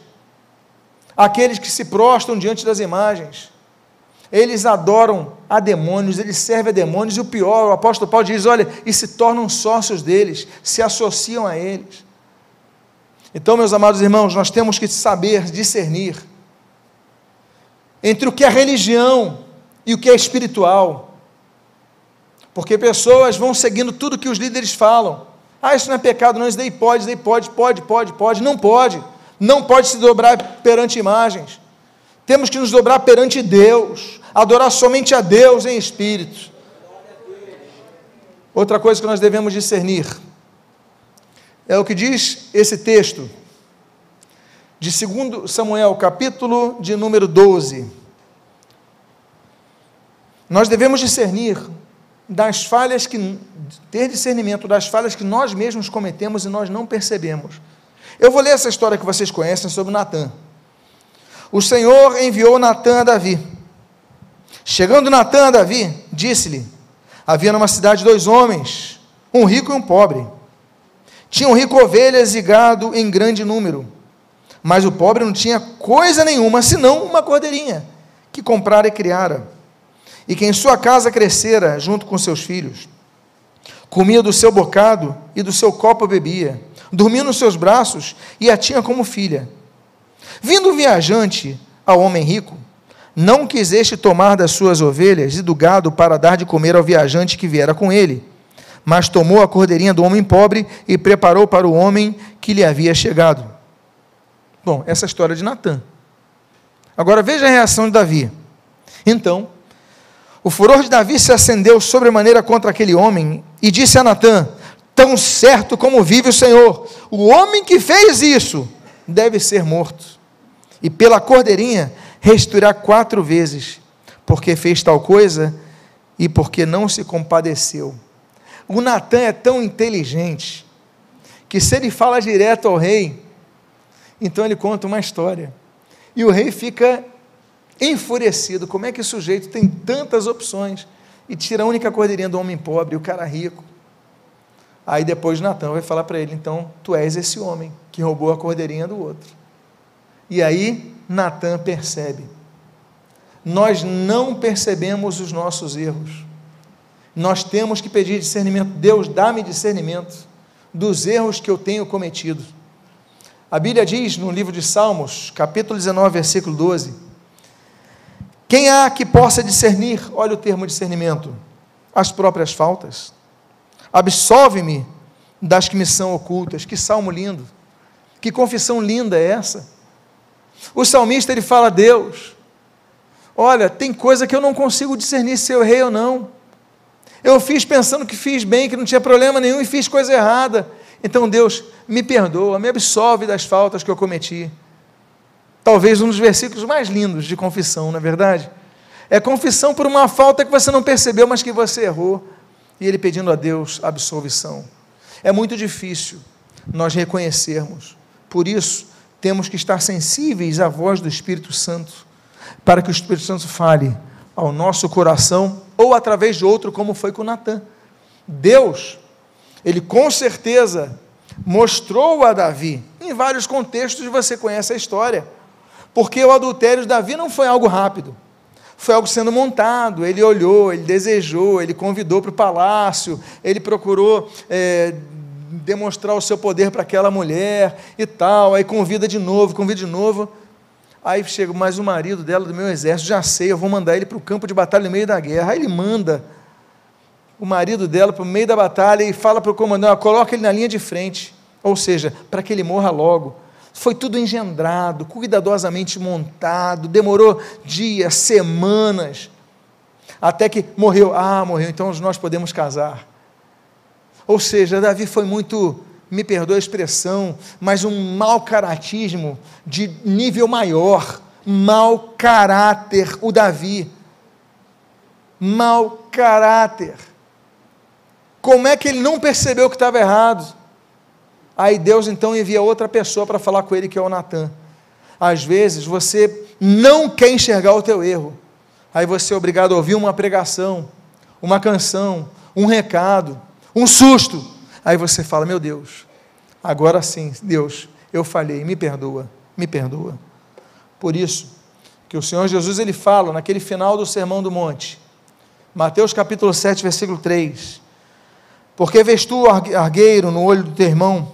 aqueles que se prostram diante das imagens, eles adoram a demônios, eles servem a demônios, e o pior, o apóstolo Paulo diz, olha, e se tornam sócios deles, se associam a eles. Então, meus amados irmãos, nós temos que saber discernir entre o que é religião e o que é espiritual, porque pessoas vão seguindo tudo que os líderes falam. Isso não é pecado, não, isso daí pode, não pode se dobrar perante imagens, temos que nos dobrar perante Deus, adorar somente a Deus em espírito. Outra coisa que nós devemos discernir, é o que diz esse texto, de 2 Samuel, capítulo de número 12, nós devemos discernir ter discernimento das falhas que nós mesmos cometemos e nós não percebemos. Eu vou ler essa história que vocês conhecem sobre Natã. O Senhor enviou Natã a Davi. Chegando Natã a Davi, disse-lhe: havia numa cidade 2 homens, um rico e um pobre. Tinham rico ovelhas e gado em grande número, mas o pobre não tinha coisa nenhuma, senão uma cordeirinha, que comprara e criara, e que em sua casa crescera, junto com seus filhos. Comia do seu bocado e do seu copo bebia, dormia nos seus braços e a tinha como filha. Vindo o viajante ao homem rico, não quis este tomar das suas ovelhas e do gado para dar de comer ao viajante que viera com ele, mas tomou a cordeirinha do homem pobre e preparou para o homem que lhe havia chegado. Bom, essa é a história de Natã. Agora veja a reação de Davi. Então, o furor de Davi se acendeu sobremaneira contra aquele homem e disse a Natã: tão certo como vive o Senhor, o homem que fez isso deve ser morto, e pela cordeirinha restituirá 4 vezes, porque fez tal coisa e porque não se compadeceu. O Natã é tão inteligente, que se ele fala direto ao rei, então ele conta uma história, e o rei fica enfurecido. Como é que o sujeito tem tantas opções, e tira a única cordeirinha do homem pobre, e o cara rico? Aí depois Natã vai falar para ele: então, tu és esse homem, que roubou a cordeirinha do outro. E aí, Natã percebe. Nós não percebemos os nossos erros, nós temos que pedir discernimento. Deus, dá-me discernimento dos erros que eu tenho cometido. A Bíblia diz no livro de Salmos, capítulo 19, versículo 12, quem há que possa discernir, olha o termo discernimento, as próprias faltas? Absolve-me das que me são ocultas. Que salmo lindo, que confissão linda é essa? O salmista, ele fala: Deus, olha, tem coisa que eu não consigo discernir se eu errei ou não, eu fiz pensando que fiz bem, que não tinha problema nenhum, e fiz coisa errada. Então Deus, me perdoa, me absolve das faltas que eu cometi. Talvez um dos versículos mais lindos de confissão, não é verdade? É confissão por uma falta que você não percebeu, mas que você errou, e ele pedindo a Deus absolvição. É muito difícil nós reconhecermos, por isso temos que estar sensíveis à voz do Espírito Santo, para que o Espírito Santo fale ao nosso coração, ou através de outro, como foi com Natã. Deus, ele com certeza mostrou a Davi, em vários contextos, você conhece a história, porque o adultério de Davi não foi algo rápido, foi algo sendo montado. Ele olhou, ele desejou, ele convidou para o palácio, ele procurou demonstrar o seu poder para aquela mulher e tal, aí convida de novo, aí chega: mas o marido dela do meu exército, já sei, eu vou mandar ele para o campo de batalha no meio da guerra. Aí ele manda o marido dela para o meio da batalha e fala para o comandante: coloca ele na linha de frente, ou seja, para que ele morra logo. Foi tudo engendrado, cuidadosamente montado, demorou dias, semanas, até que morreu. Morreu, então nós podemos casar. Ou seja, Davi foi muito, me perdoa a expressão, mas um mau caratismo de nível maior, mau caráter, o Davi, mau caráter. Como é que ele não percebeu que estava errado? Aí Deus então envia outra pessoa para falar com ele, que é o Natã. Às vezes você não quer enxergar o teu erro, aí você é obrigado a ouvir uma pregação, uma canção, um recado, um susto, aí você fala: meu Deus, agora sim, Deus, eu falhei, me perdoa. Por isso que o Senhor Jesus, ele fala naquele final do Sermão do Monte, Mateus capítulo 7, versículo 3, porque vês tu o argueiro no olho do teu irmão,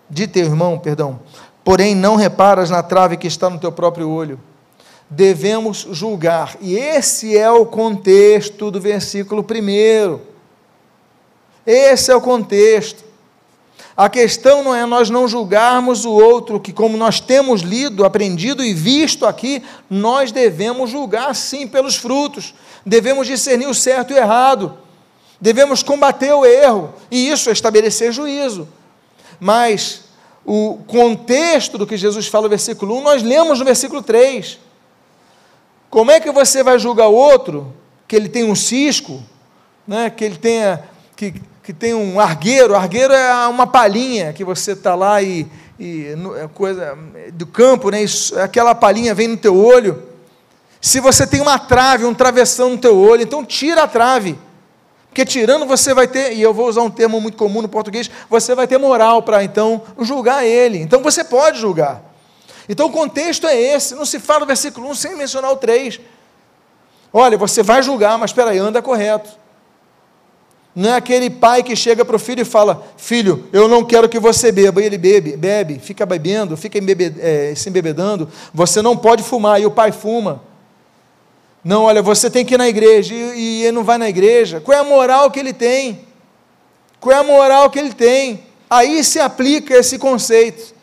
de teu irmão, porém não reparas na trave que está no teu próprio olho. Devemos julgar, e esse é o contexto do versículo 1. Esse é o contexto. A questão não é nós não julgarmos o outro, que como nós temos lido, aprendido e visto aqui, nós devemos julgar sim pelos frutos, devemos discernir o certo e o errado, devemos combater o erro, e isso é estabelecer juízo. Mas o contexto do que Jesus fala no versículo 1, nós lemos no versículo 3. Como é que você vai julgar o outro, que ele tem um cisco, né, que ele tenha... que tem um argueiro é uma palhinha que você está lá coisa do campo, né? Aquela palhinha vem no teu olho. Se você tem uma trave, um travessão no teu olho, então tira a trave, porque tirando você vai ter, e eu vou usar um termo muito comum no português, você vai ter moral para então julgar ele, então você pode julgar. Então o contexto é esse, não se fala no versículo 1 sem mencionar o 3. Olha, você vai julgar, mas espera aí, anda correto. Não é aquele pai que chega para o filho e fala: filho, eu não quero que você beba, e ele bebe, fica bebendo, fica se embebedando, você não pode fumar, e o pai fuma. Não, olha, você tem que ir na igreja, e ele não vai na igreja. Qual é a moral que ele tem? Qual é a moral que ele tem? Aí se aplica esse conceito.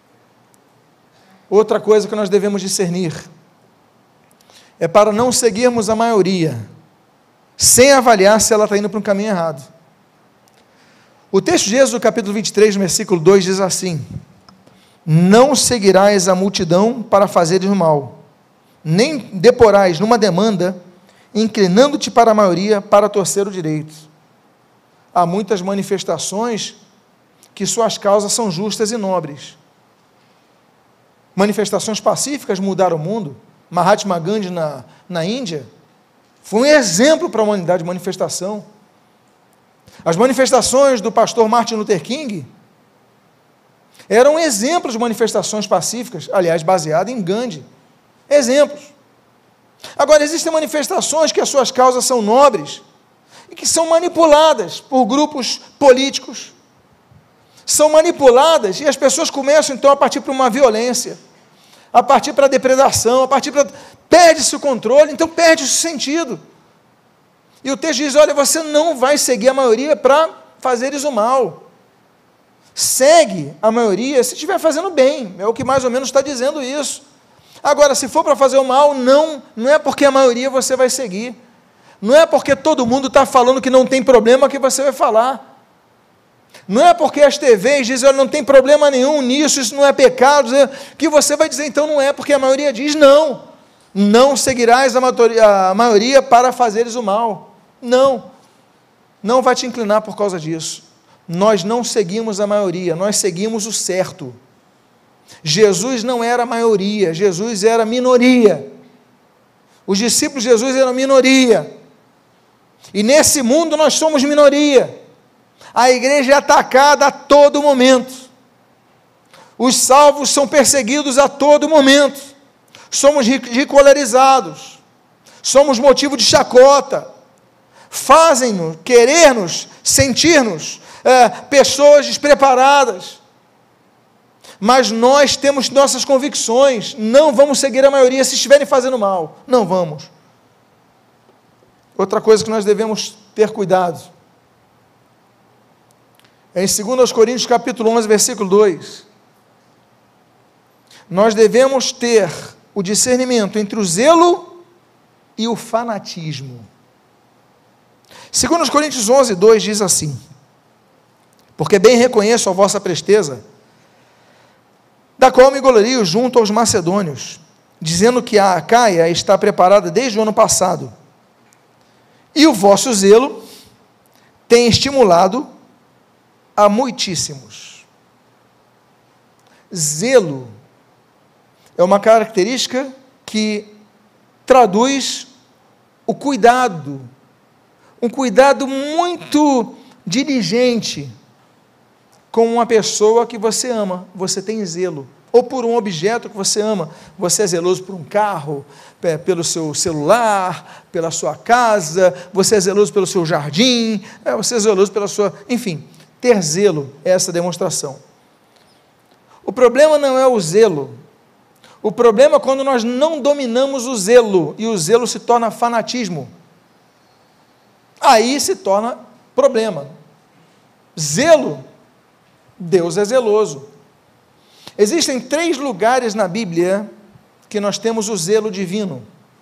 Outra coisa que nós devemos discernir é para não seguirmos a maioria, sem avaliar se ela está indo para um caminho errado. O texto de Êxodo, capítulo 23, versículo 2, diz assim: não seguirás a multidão para fazeres o mal, nem deporás numa demanda, inclinando-te para a maioria para torcer o direito. Há muitas manifestações que suas causas são justas e nobres. Manifestações pacíficas mudaram o mundo. Mahatma Gandhi na Índia foi um exemplo para a humanidade de manifestação. As manifestações do pastor Martin Luther King eram exemplos de manifestações pacíficas, aliás, baseadas em Gandhi. Exemplos. Agora, existem manifestações que as suas causas são nobres e que são manipuladas por grupos políticos. São manipuladas e as pessoas começam, então, a partir para uma violência, a partir para a depredação, a partir para... perde-se o controle, então perde-se o sentido. E o texto diz: olha, você não vai seguir a maioria para fazeres o mal. Segue a maioria se estiver fazendo bem, é o que mais ou menos está dizendo isso. Agora, se for para fazer o mal, não é porque a maioria você vai seguir, não é porque todo mundo está falando que não tem problema que você vai falar. Não é porque as TVs dizem: olha, não tem problema nenhum nisso, isso não é pecado, que você vai dizer, então não é, porque a maioria diz não seguirás a maioria para fazeres o mal. Não vai te inclinar por causa disso. Nós não seguimos a maioria, nós seguimos o certo. Jesus não era a maioria, Jesus era a minoria. Os discípulos de Jesus eram minoria. E nesse mundo nós somos minoria. A igreja é atacada a todo momento. Os salvos são perseguidos a todo momento. Somos ridicularizados. Somos motivo de chacota. Fazem-nos querer-nos, sentir-nos pessoas despreparadas. Mas nós temos nossas convicções. Não vamos seguir a maioria se estiverem fazendo mal. Não vamos. Outra coisa que nós devemos ter cuidado é em 2 Coríntios capítulo 11, versículo 2. Nós devemos ter o discernimento entre o zelo e o fanatismo. 2 Coríntios 11, 2 diz assim: porque bem reconheço a vossa presteza, da qual me glorio junto aos macedônios, dizendo que a Acaia está preparada desde o ano passado, e o vosso zelo tem estimulado a muitíssimos. Zelo é uma característica que traduz o cuidado, um cuidado muito diligente com uma pessoa que você ama. Você tem zelo, ou por um objeto que você ama. Você é zeloso por um carro, pelo seu celular, pela sua casa, você é zeloso pelo seu jardim, você é zeloso pela sua... enfim, ter zelo é essa demonstração. O problema não é o zelo. O problema é quando nós não dominamos o zelo, e o zelo se torna fanatismo. Aí se torna problema. Zelo, Deus é zeloso. Existem 3 lugares na Bíblia que nós temos o zelo divino.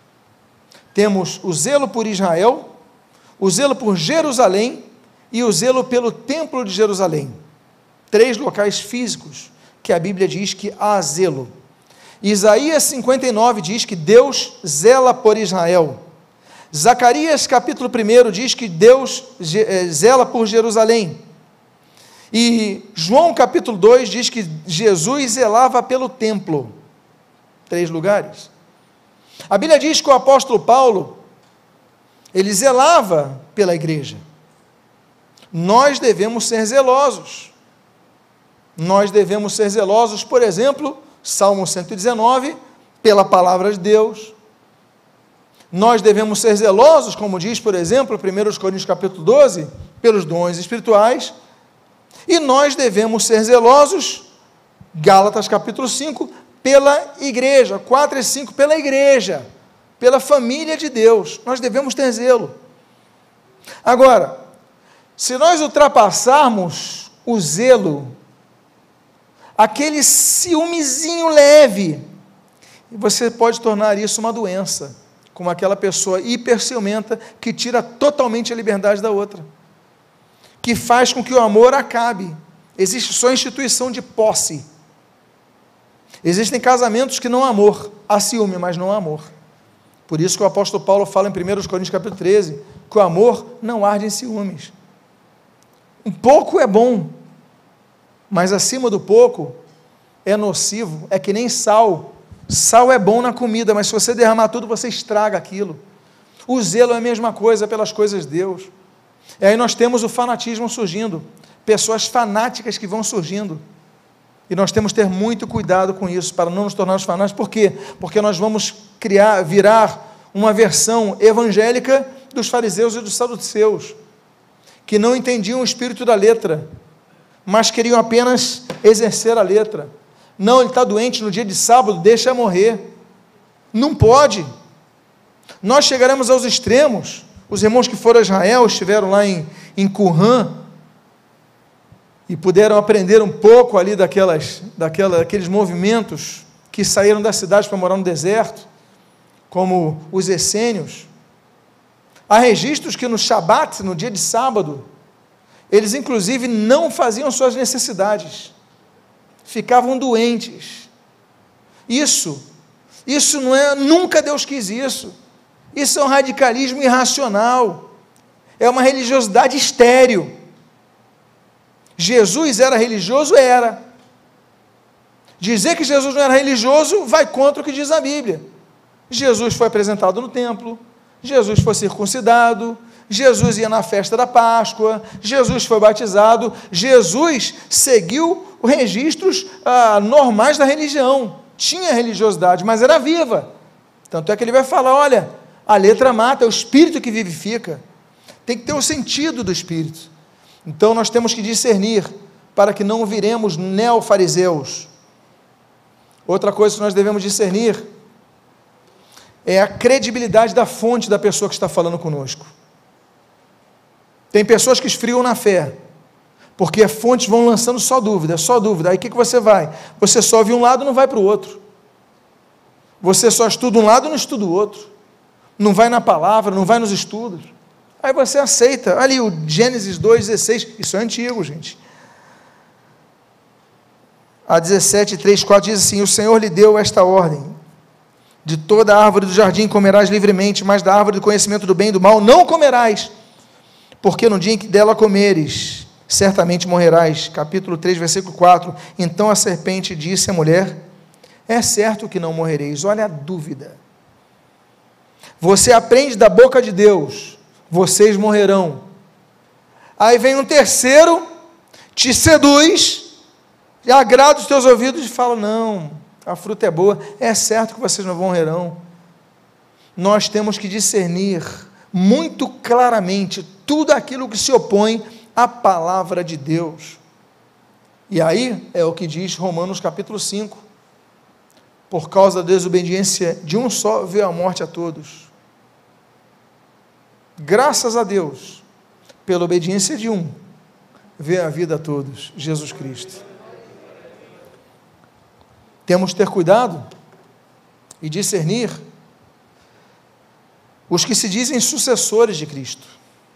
Temos o zelo por Israel, o zelo por Jerusalém e o zelo pelo templo de Jerusalém. 3 locais físicos que a Bíblia diz que há zelo. Isaías 59 diz que Deus zela por Israel. Zacarias capítulo 1 diz que Deus zela por Jerusalém. E João capítulo 2 diz que Jesus zelava pelo templo. 3 lugares. A Bíblia diz que o apóstolo Paulo, ele zelava pela igreja. Nós devemos ser zelosos. Nós devemos ser zelosos, por exemplo, Salmo 119, pela palavra de Deus. Nós devemos ser zelosos, como diz, por exemplo, 1 Coríntios capítulo 12, pelos dons espirituais. E nós devemos ser zelosos, Gálatas capítulo 5, pela igreja, 4 e 5, pela igreja, pela família de Deus. Nós devemos ter zelo. Agora, se nós ultrapassarmos o zelo, aquele ciúmezinho leve, você pode tornar isso uma doença, como aquela pessoa hiperciumenta que tira totalmente a liberdade da outra, que faz com que o amor acabe. Existe só instituição de posse. Existem casamentos que não há amor, há ciúme, mas não há amor. Por isso que o apóstolo Paulo fala em 1 Coríntios capítulo 13, que o amor não arde em ciúmes. Um pouco é bom, mas acima do pouco é nocivo, é que nem sal. Sal é bom na comida, mas se você derramar tudo, você estraga aquilo. O zelo é a mesma coisa pelas coisas de Deus. E aí nós temos o fanatismo surgindo, pessoas fanáticas que vão surgindo. E nós temos que ter muito cuidado com isso, para não nos tornarmos fanáticos. Por quê? Porque nós vamos virar uma versão evangélica dos fariseus e dos saduceus, que não entendiam o espírito da letra, mas queriam apenas exercer a letra. Não, ele está doente no dia de sábado, deixa morrer. Não pode. Nós chegaremos aos extremos. Os irmãos que foram a Israel, estiveram lá em Qumran, e puderam aprender um pouco ali daqueles movimentos que saíram da cidade para morar no deserto, como os essênios. Há registros que no Shabat, no dia de sábado, eles inclusive não faziam suas necessidades, ficavam doentes. Isso não é, nunca Deus quis isso. Isso é um radicalismo irracional, é uma religiosidade estéril. Jesus era religioso? Era. Dizer que Jesus não era religioso vai contra o que diz a Bíblia. Jesus foi apresentado no templo, Jesus foi circuncidado, Jesus ia na festa da Páscoa, Jesus foi batizado, Jesus seguiu os registros normais da religião, tinha religiosidade, mas era viva. Tanto é que ele vai falar, olha, a letra mata, é o Espírito que vivifica, tem que ter o sentido do Espírito. Então nós temos que discernir, para que não viremos neofariseus. Outra coisa que nós devemos discernir, é a credibilidade da fonte da pessoa que está falando conosco. Tem pessoas que esfriam na fé, porque as fontes vão lançando só dúvida, aí o que você vai? Você só ouve um lado, não vai para o outro, você só estuda um lado, não estuda o outro, não vai na palavra, não vai nos estudos, aí você aceita, ali o Gênesis 2,16, isso é antigo, gente, a 17, 3, 4 diz assim, o Senhor lhe deu esta ordem, de toda a árvore do jardim comerás livremente, mas da árvore do conhecimento do bem e do mal não comerás, porque no dia em que dela comeres, certamente morrerás. Capítulo 3, versículo 4, então a serpente disse à mulher, é certo que não morrereis. Olha a dúvida, você aprende da boca de Deus, vocês morrerão. Aí vem um terceiro, te seduz, agrada os teus ouvidos e fala, não, a fruta é boa, é certo que vocês não morrerão. Nós temos que discernir muito claramente tudo aquilo que se opõe à palavra de Deus. E aí é o que diz Romanos capítulo 5. Por causa da desobediência de um só, veio a morte a todos. Graças a Deus, pela obediência de um, veio a vida a todos, Jesus Cristo. Temos que ter cuidado e discernir os que se dizem sucessores de Cristo.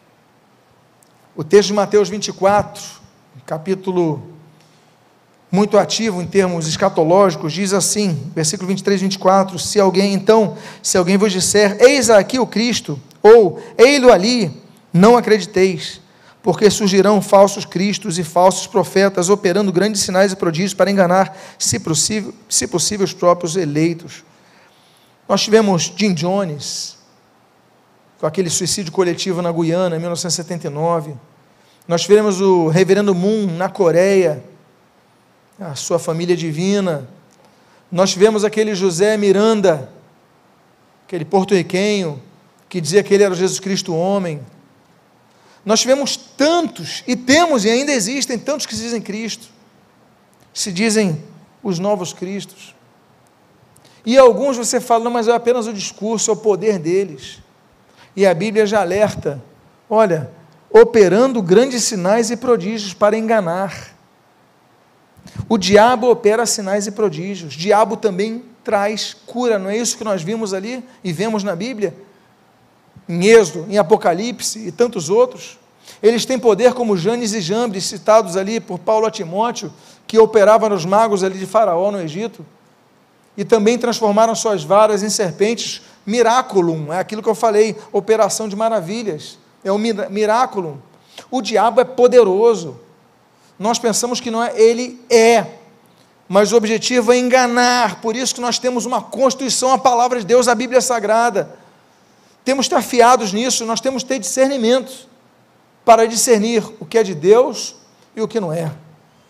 O texto de Mateus 24, capítulo muito ativo em termos escatológicos, diz assim, versículo 23 e 24, se alguém vos disser, eis aqui o Cristo, ou ei-lo ali, não acrediteis, porque surgirão falsos cristos e falsos profetas, operando grandes sinais e prodígios para enganar, se possível, os próprios eleitos. Nós tivemos Jim Jones, com aquele suicídio coletivo na Guiana, em 1979, nós tivemos o reverendo Moon, na Coreia, a sua família divina, nós tivemos aquele José Miranda, aquele porto-riquenho, que dizia que ele era o Jesus Cristo homem. Nós tivemos tantos, e temos, e ainda existem tantos que se dizem Cristo, se dizem os novos Cristos, e alguns você fala, não, mas é apenas o discurso, é o poder deles, e a Bíblia já alerta, olha, operando grandes sinais e prodígios para enganar. O diabo opera sinais e prodígios, o diabo também traz cura, não é isso que nós vimos ali e vemos na Bíblia? Em Êxodo, em Apocalipse e tantos outros. Eles têm poder como Janes e Jambres, citados ali por Paulo a Timóteo, que operava nos magos ali de Faraó no Egito, e também transformaram suas varas em serpentes, miraculum, é aquilo que eu falei, operação de maravilhas, é o miraculum. O diabo é poderoso, nós pensamos que não é, ele é, mas o objetivo é enganar, por isso que nós temos uma constituição, a palavra de Deus, a Bíblia Sagrada, temos que estar afiados nisso, nós temos que ter discernimento, para discernir o que é de Deus e o que não é.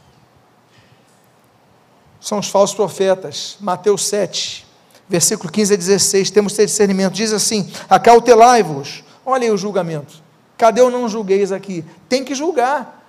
São os falsos profetas, Mateus 7, versículo 15 a 16, temos que ter discernimento, diz assim, acautelai-vos, olha aí o julgamento, cadê o não julgueis aqui? Tem que julgar,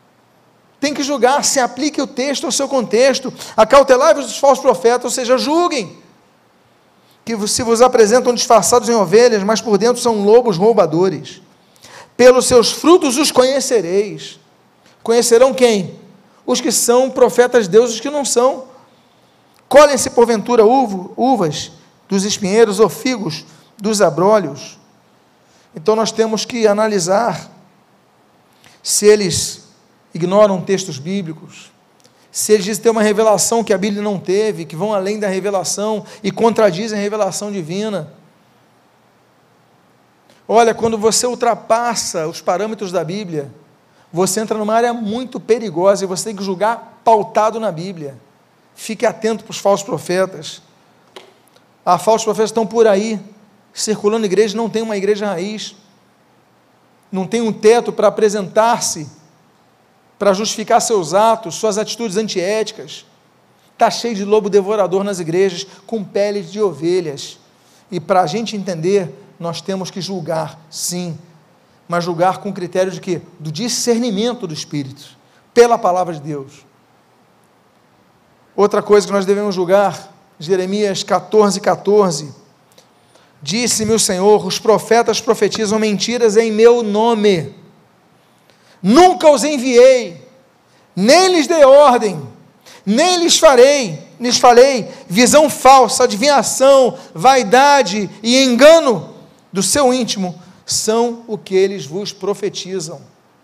se aplique o texto ao seu contexto, acautelai-vos dos falsos profetas, ou seja, julguem, que se vos apresentam disfarçados em ovelhas, mas por dentro são lobos roubadores, pelos seus frutos os conhecereis, conhecerão quem? Os que são profetas de Deus, os que não são, colhem-se porventura uvas dos espinheiros ou figos dos abrolhos, então nós temos que analisar se eles ignoram textos bíblicos, se eles dizem ter uma revelação que a Bíblia não teve, que vão além da revelação e contradizem a revelação divina. Olha, quando você ultrapassa os parâmetros da Bíblia, você entra numa área muito perigosa e você tem que julgar pautado na Bíblia. Fique atento para os falsos profetas. Há falsos profetas que estão por aí, circulando igreja, não tem uma igreja raiz, não tem um teto para apresentar-se, para justificar seus atos, suas atitudes antiéticas, está cheio de lobo devorador nas igrejas, com peles de ovelhas, e para a gente entender, nós temos que julgar, sim, mas julgar com critério de quê? Do discernimento do Espírito, pela palavra de Deus. Outra coisa que nós devemos julgar, Jeremias 14, disse-me o Senhor, os profetas profetizam mentiras em meu nome, nunca os enviei, nem lhes dei ordem, nem lhes falei, visão falsa, adivinhação, vaidade e engano do seu íntimo, são o que eles vos profetizam.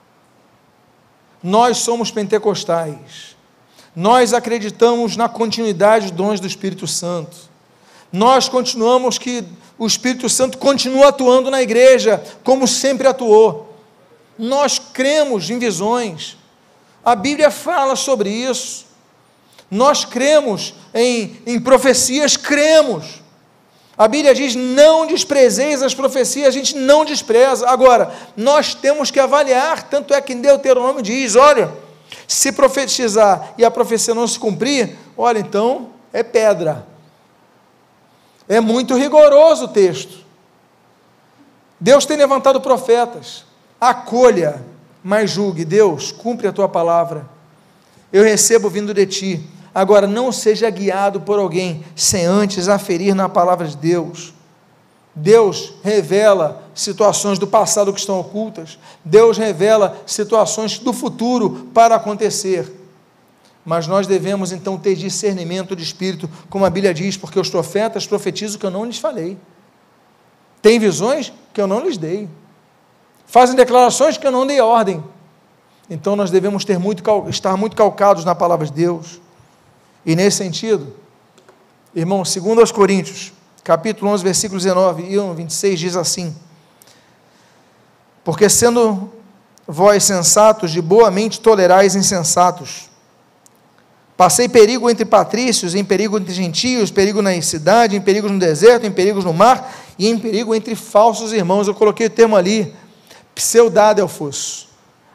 Nós somos pentecostais, nós acreditamos na continuidade dos dons do Espírito Santo, nós continuamos que o Espírito Santo continua atuando na igreja, como sempre atuou, nós cremos em visões, a Bíblia fala sobre isso, nós cremos em profecias, cremos, a Bíblia diz, não desprezeis as profecias, a gente não despreza, agora, nós temos que avaliar, tanto é que em Deuteronômio diz, olha, se profetizar e a profecia não se cumprir, olha, então, é pedra, é muito rigoroso o texto, Deus tem levantado profetas, acolha, mas julgue, Deus, cumpre a tua palavra, eu recebo vindo de ti. Agora, não seja guiado por alguém, sem antes aferir na palavra de Deus. Deus revela situações do passado que estão ocultas, Deus revela situações do futuro para acontecer, mas nós devemos então ter discernimento de espírito, como a Bíblia diz, porque os profetas profetizam o que eu não lhes falei, têm visões que eu não lhes dei, fazem declarações que eu não dei ordem. Então nós devemos estar muito calcados na palavra de Deus, e nesse sentido, irmão, segundo aos Coríntios, capítulo 11, versículo 19 e 26, diz assim: porque sendo vós sensatos, de boa mente tolerais insensatos, passei perigo entre patrícios, em perigo entre gentios, perigo na cidade, em perigos no deserto, em perigos no mar, e em perigo entre falsos irmãos. Eu coloquei o termo ali, pseudadelphos,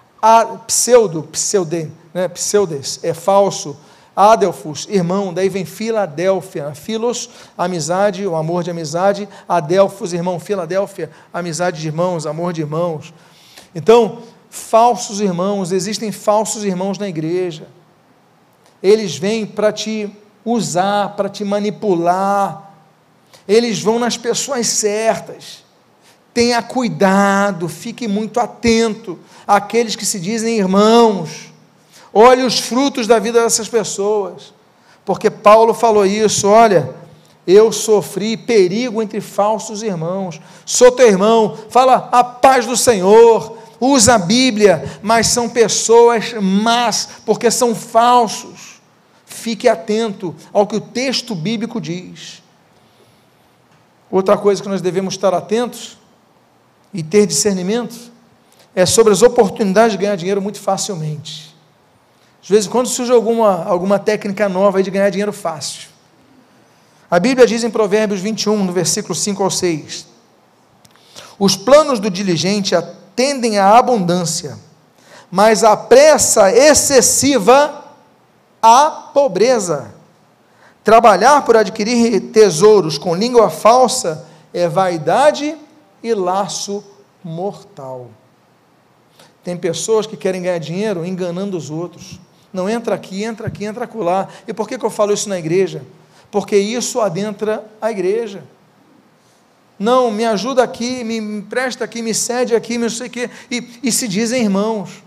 pseudes, é falso, Adelphos, irmão, daí vem Filadélfia, Filos, amizade, o amor de amizade, Adelphos, irmão, Filadélfia, amizade de irmãos, amor de irmãos. Então, falsos irmãos, existem falsos irmãos na igreja, eles vêm para te usar, para te manipular, eles vão nas pessoas certas. Tenha cuidado, fique muito atento àqueles que se dizem irmãos. Olhe os frutos da vida dessas pessoas, porque Paulo falou isso: olha, eu sofri perigo entre falsos irmãos, sou teu irmão, fala a paz do Senhor, usa a Bíblia, mas são pessoas más, porque são falsos. Fique atento ao que o texto bíblico diz. Outra coisa que nós devemos estar atentos e ter discernimento é sobre as oportunidades de ganhar dinheiro muito facilmente. Às vezes, quando surge alguma técnica nova aí de ganhar dinheiro fácil. A Bíblia diz em Provérbios 21, no versículo 5 ao 6, os planos do diligente tendem à abundância, mas a pressa excessiva à pobreza. Trabalhar por adquirir tesouros com língua falsa é vaidade e laço mortal. Tem pessoas que querem ganhar dinheiro enganando os outros. Não, entra aqui, entra acolá. E por que eu falo isso na igreja? Porque isso adentra a igreja. Não, me ajuda aqui, me empresta aqui, me cede aqui, me não sei o quê, e se dizem irmãos.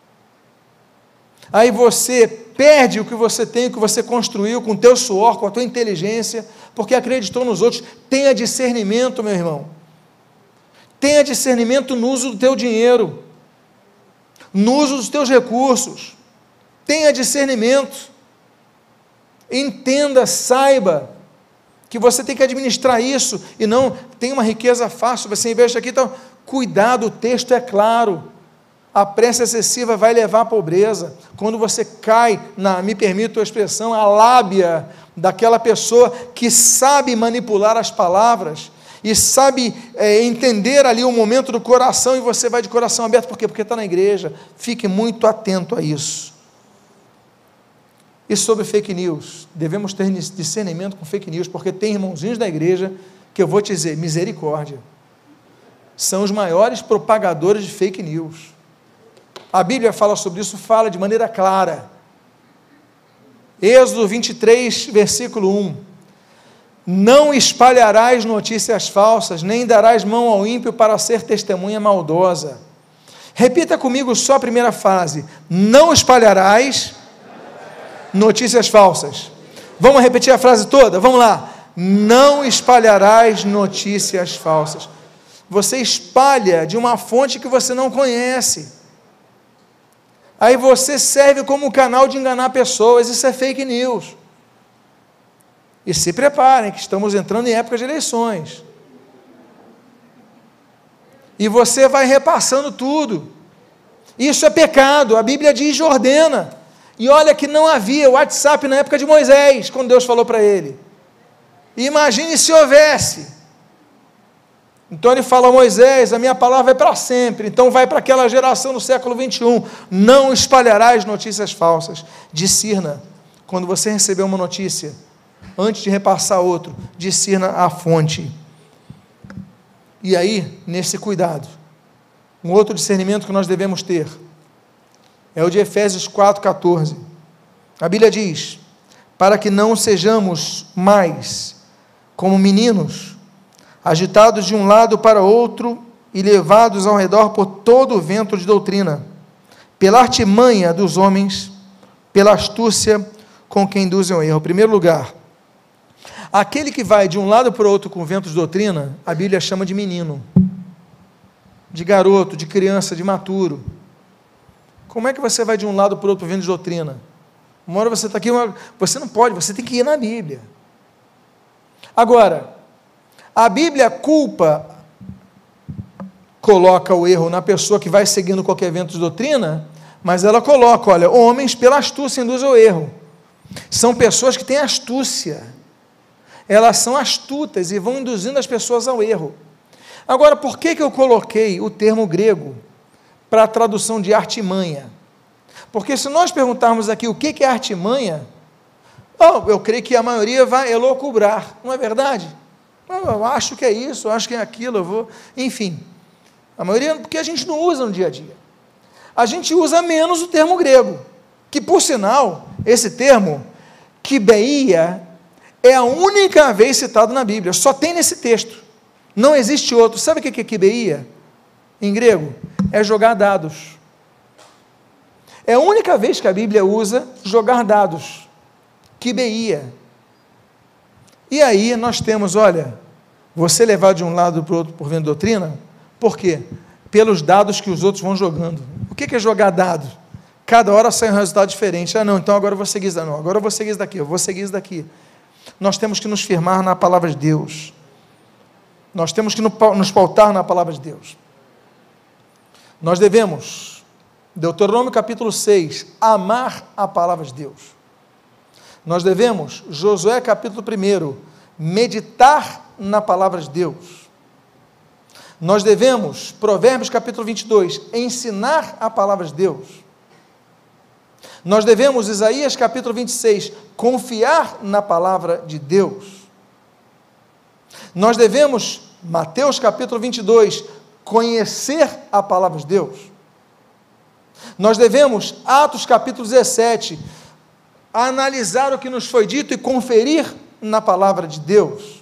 Aí você perde o que você tem, o que você construiu com o teu suor, com a tua inteligência, porque acreditou nos outros. Tenha discernimento, meu irmão. Tenha discernimento no uso do teu dinheiro, no uso dos teus recursos. Tenha discernimento, entenda, saiba que você tem que administrar isso, e não tem uma riqueza fácil, você investe aqui, então, cuidado, o texto é claro, a pressa excessiva vai levar à pobreza. Quando você cai me permito a expressão, a lábia daquela pessoa que sabe manipular as palavras, e sabe entender ali o momento do coração, e você vai de coração aberto. Por quê? Porque está na igreja. Fique muito atento a isso. E sobre fake news, devemos ter discernimento com fake news, porque tem irmãozinhos da igreja, que eu vou te dizer, misericórdia, são os maiores propagadores de fake news. A Bíblia fala sobre isso, fala de maneira clara. Êxodo 23, versículo 1, não espalharás notícias falsas, nem darás mão ao ímpio para ser testemunha maldosa. Repita comigo só a primeira frase: não espalharás notícias falsas. Vamos repetir a frase toda? Vamos lá. Não espalharás notícias falsas. Você espalha de uma fonte que você não conhece. Aí você serve como canal de enganar pessoas. Isso é fake news. E se preparem, que estamos entrando em época de eleições. E você vai repassando tudo. Isso é pecado. A Bíblia diz e ordena. E olha que não havia WhatsApp na época de Moisés, quando Deus falou para ele. Imagine se houvesse. Então ele fala: Moisés, a minha palavra é para sempre. Então vai para aquela geração do século 21. Não espalharás notícias falsas. Discirna. Quando você receber uma notícia, antes de repassar outro, discirna a fonte. E aí, nesse cuidado, um outro discernimento que nós devemos ter é o de Efésios 4,14. A Bíblia diz: para que não sejamos mais como meninos, agitados de um lado para outro e levados ao redor por todo o vento de doutrina, pela artimanha dos homens, pela astúcia com que induzem ao erro. Em primeiro lugar, aquele que vai de um lado para o outro com vento de doutrina, a Bíblia chama de menino, de garoto, de criança, de maturo. Como é que você vai de um lado para o outro com vento de doutrina? Uma hora você está aqui, você não pode, você tem que ir na Bíblia. Agora, a Bíblia coloca o erro na pessoa que vai seguindo qualquer vento de doutrina, mas ela coloca, olha, homens pela astúcia induzem ao erro. São pessoas que têm astúcia, elas são astutas e vão induzindo as pessoas ao erro. Agora, por que eu coloquei o termo grego para a tradução de artimanha? Porque se nós perguntarmos aqui o que é artimanha, eu creio que a maioria vai elocubrar, não é verdade? Eu acho que é isso, eu acho que é aquilo, eu vou... Enfim, a maioria, porque a gente não usa no dia a dia. A gente usa menos o termo grego, que por sinal, esse termo, kibeia, é a única vez citado na Bíblia, só tem nesse texto, não existe outro. Sabe o que é kibeia? Em grego, é jogar dados. É a única vez que a Bíblia usa jogar dados, kibeia. E aí nós temos, olha, você levar de um lado para o outro por vento de doutrina, por quê? Pelos dados que os outros vão jogando. O que é jogar dado? Cada hora sai um resultado diferente. Não, então agora eu vou seguir isso daqui, não, agora eu vou seguir isso daqui, eu vou seguir isso daqui. Nós temos que nos firmar na palavra de Deus. Nós temos que nos pautar na palavra de Deus. Nós devemos, Deuteronômio capítulo 6, amar a palavra de Deus. Nós devemos, Josué capítulo 1, meditar na palavra de Deus. Nós devemos, Provérbios capítulo 22, ensinar a palavra de Deus. Nós devemos, Isaías capítulo 26, confiar na palavra de Deus. Nós devemos, Mateus capítulo 22, conhecer a palavra de Deus. Nós devemos, Atos capítulo 17, analisar o que nos foi dito e conferir na palavra de Deus.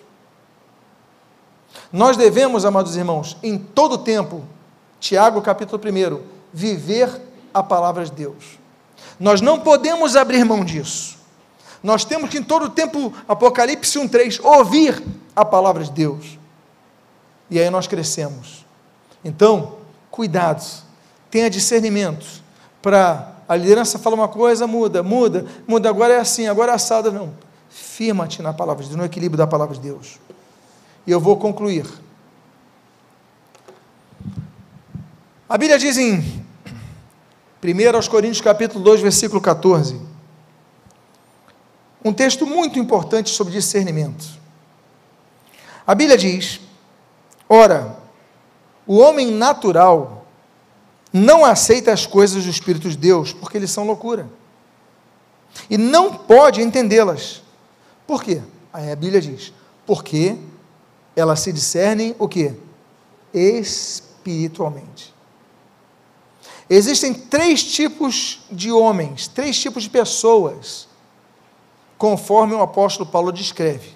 Nós devemos, amados irmãos, em todo tempo, Tiago capítulo 1, viver a palavra de Deus. Nós não podemos abrir mão disso. Nós temos que em todo tempo, Apocalipse 1:3, ouvir a palavra de Deus. E aí nós crescemos. Então, cuidado, tenha discernimento, para a liderança fala uma coisa, muda, agora é assim, agora é assada, não. Firma-te na palavra de Deus, no equilíbrio da palavra de Deus. E eu vou concluir. A Bíblia diz em 1 Coríntios capítulo 2, versículo 14, um texto muito importante sobre discernimento. A Bíblia diz: ora, o homem natural não aceita as coisas do Espírito de Deus, porque eles são loucura, e não pode entendê-las. Por quê? Aí a Bíblia diz: porque elas se discernem o quê? Espiritualmente. Existem 3 tipos de homens, 3 tipos de pessoas, conforme o apóstolo Paulo descreve.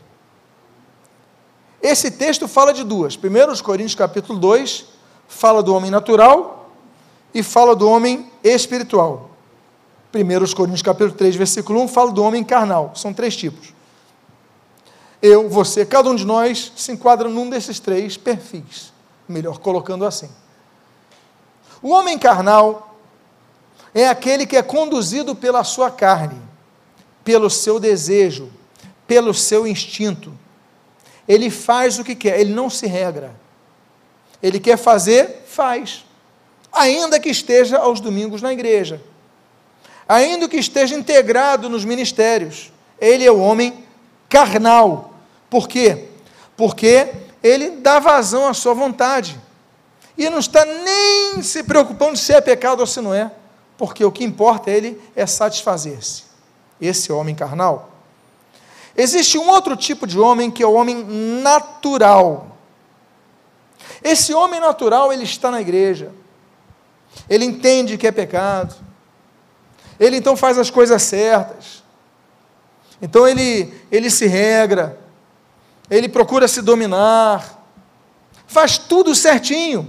Esse texto fala de 2. 1 Coríntios capítulo 2, fala do homem natural e fala do homem espiritual. 1 Coríntios capítulo 3, versículo 1, fala do homem carnal. São 3 tipos. Eu, você, cada um de nós se enquadra num desses 3 perfis, melhor colocando assim. O homem carnal é aquele que é conduzido pela sua carne, pelo seu desejo, pelo seu instinto. Ele faz o que quer, ele não se regra. Ele quer fazer, faz. Ainda que esteja aos domingos na igreja, ainda que esteja integrado nos ministérios, ele é o homem carnal. Por quê? Porque ele dá vazão à sua vontade, e não está nem se preocupando se é pecado ou se não é, porque o que importa ele é satisfazer-se. Esse é o homem carnal. Existe um outro tipo de homem, que é o homem natural. Esse homem natural, ele está na igreja, ele entende que é pecado, Ele então faz as coisas certas. Então ele se regra, ele procura se dominar, faz tudo certinho.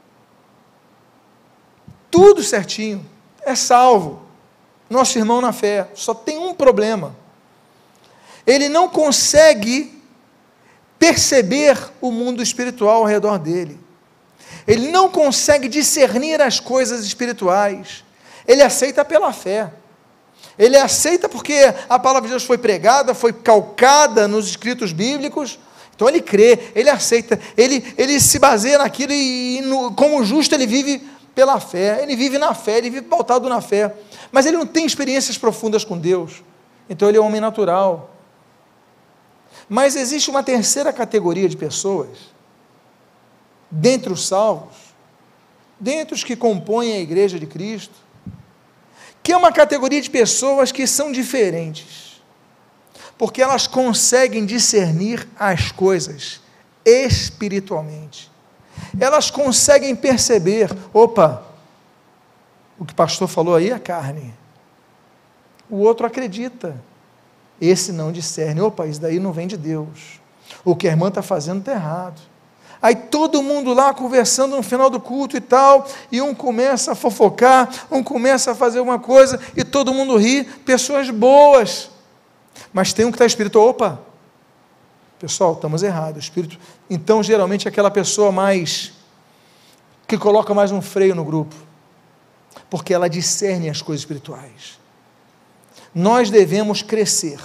Tudo certinho. É salvo. Nosso irmão na fé. Só tem um problema. Ele não consegue perceber o mundo espiritual ao redor dele. Ele não consegue discernir as coisas espirituais. Ele aceita pela fé. Ele aceita porque a palavra de Deus foi pregada, foi calcada nos escritos bíblicos. Então ele crê, ele aceita, ele se baseia naquilo e como justo ele vive pela fé. Ele vive na fé, ele vive pautado na fé. Mas ele não tem experiências profundas com Deus. Então ele é um homem natural. Mas existe uma terceira categoria de pessoas, dentre os salvos, dentre os que compõem a igreja de Cristo, que é uma categoria de pessoas que são diferentes, porque elas conseguem discernir as coisas espiritualmente. Elas conseguem perceber, opa, o que o pastor falou aí é carne, o outro acredita, esse não discerne, opa, isso daí não vem de Deus, o que a irmã está fazendo está errado. Aí todo mundo lá conversando no final do culto e tal, e um começa a fofocar, um começa a fazer uma coisa, e todo mundo ri, pessoas boas, mas tem um que está espírito, opa, pessoal, estamos errados, espírito, então geralmente é aquela pessoa mais, que coloca mais um freio no grupo, porque ela discerne as coisas espirituais. Nós devemos crescer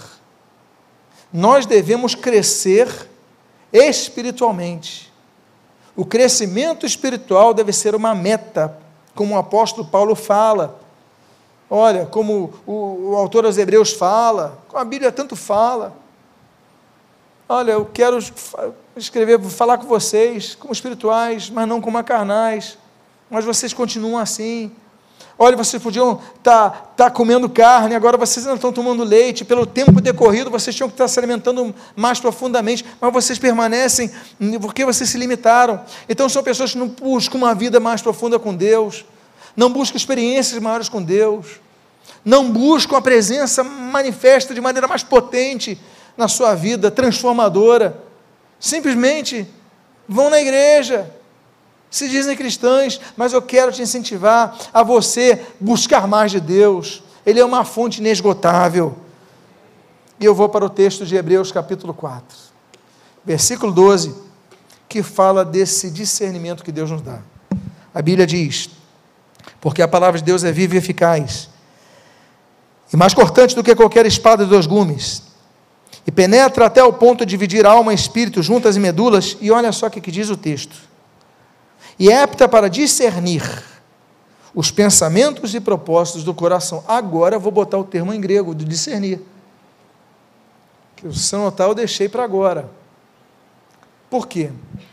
espiritualmente. O crescimento espiritual deve ser uma meta, como o apóstolo Paulo fala, olha, como o autor aos Hebreus fala, como a Bíblia tanto fala, olha, eu quero falar com vocês, como espirituais, mas não como carnais, mas vocês continuam assim. Olha, vocês podiam estar comendo carne, agora vocês não estão tomando leite, pelo tempo decorrido vocês tinham que estar se alimentando mais profundamente, mas vocês permanecem, porque vocês se limitaram. Então são pessoas que não buscam uma vida mais profunda com Deus, não buscam experiências maiores com Deus, não buscam a presença manifesta de maneira mais potente na sua vida, transformadora, simplesmente vão na igreja, se dizem cristãos, mas eu quero te incentivar a você buscar mais de Deus. Ele é uma fonte inesgotável. E eu vou para o texto de Hebreus capítulo 4, versículo 12, que fala desse discernimento que Deus nos dá. A Bíblia diz, porque a palavra de Deus é viva e eficaz, e mais cortante do que qualquer espada de 2 gumes, e penetra até o ponto de dividir alma e espírito, juntas e medulas, e olha só o que diz o texto, e é apta para discernir os pensamentos e propósitos do coração. Agora eu vou botar o termo em grego, de discernir, que o São Notar eu deixei para agora. Por quê?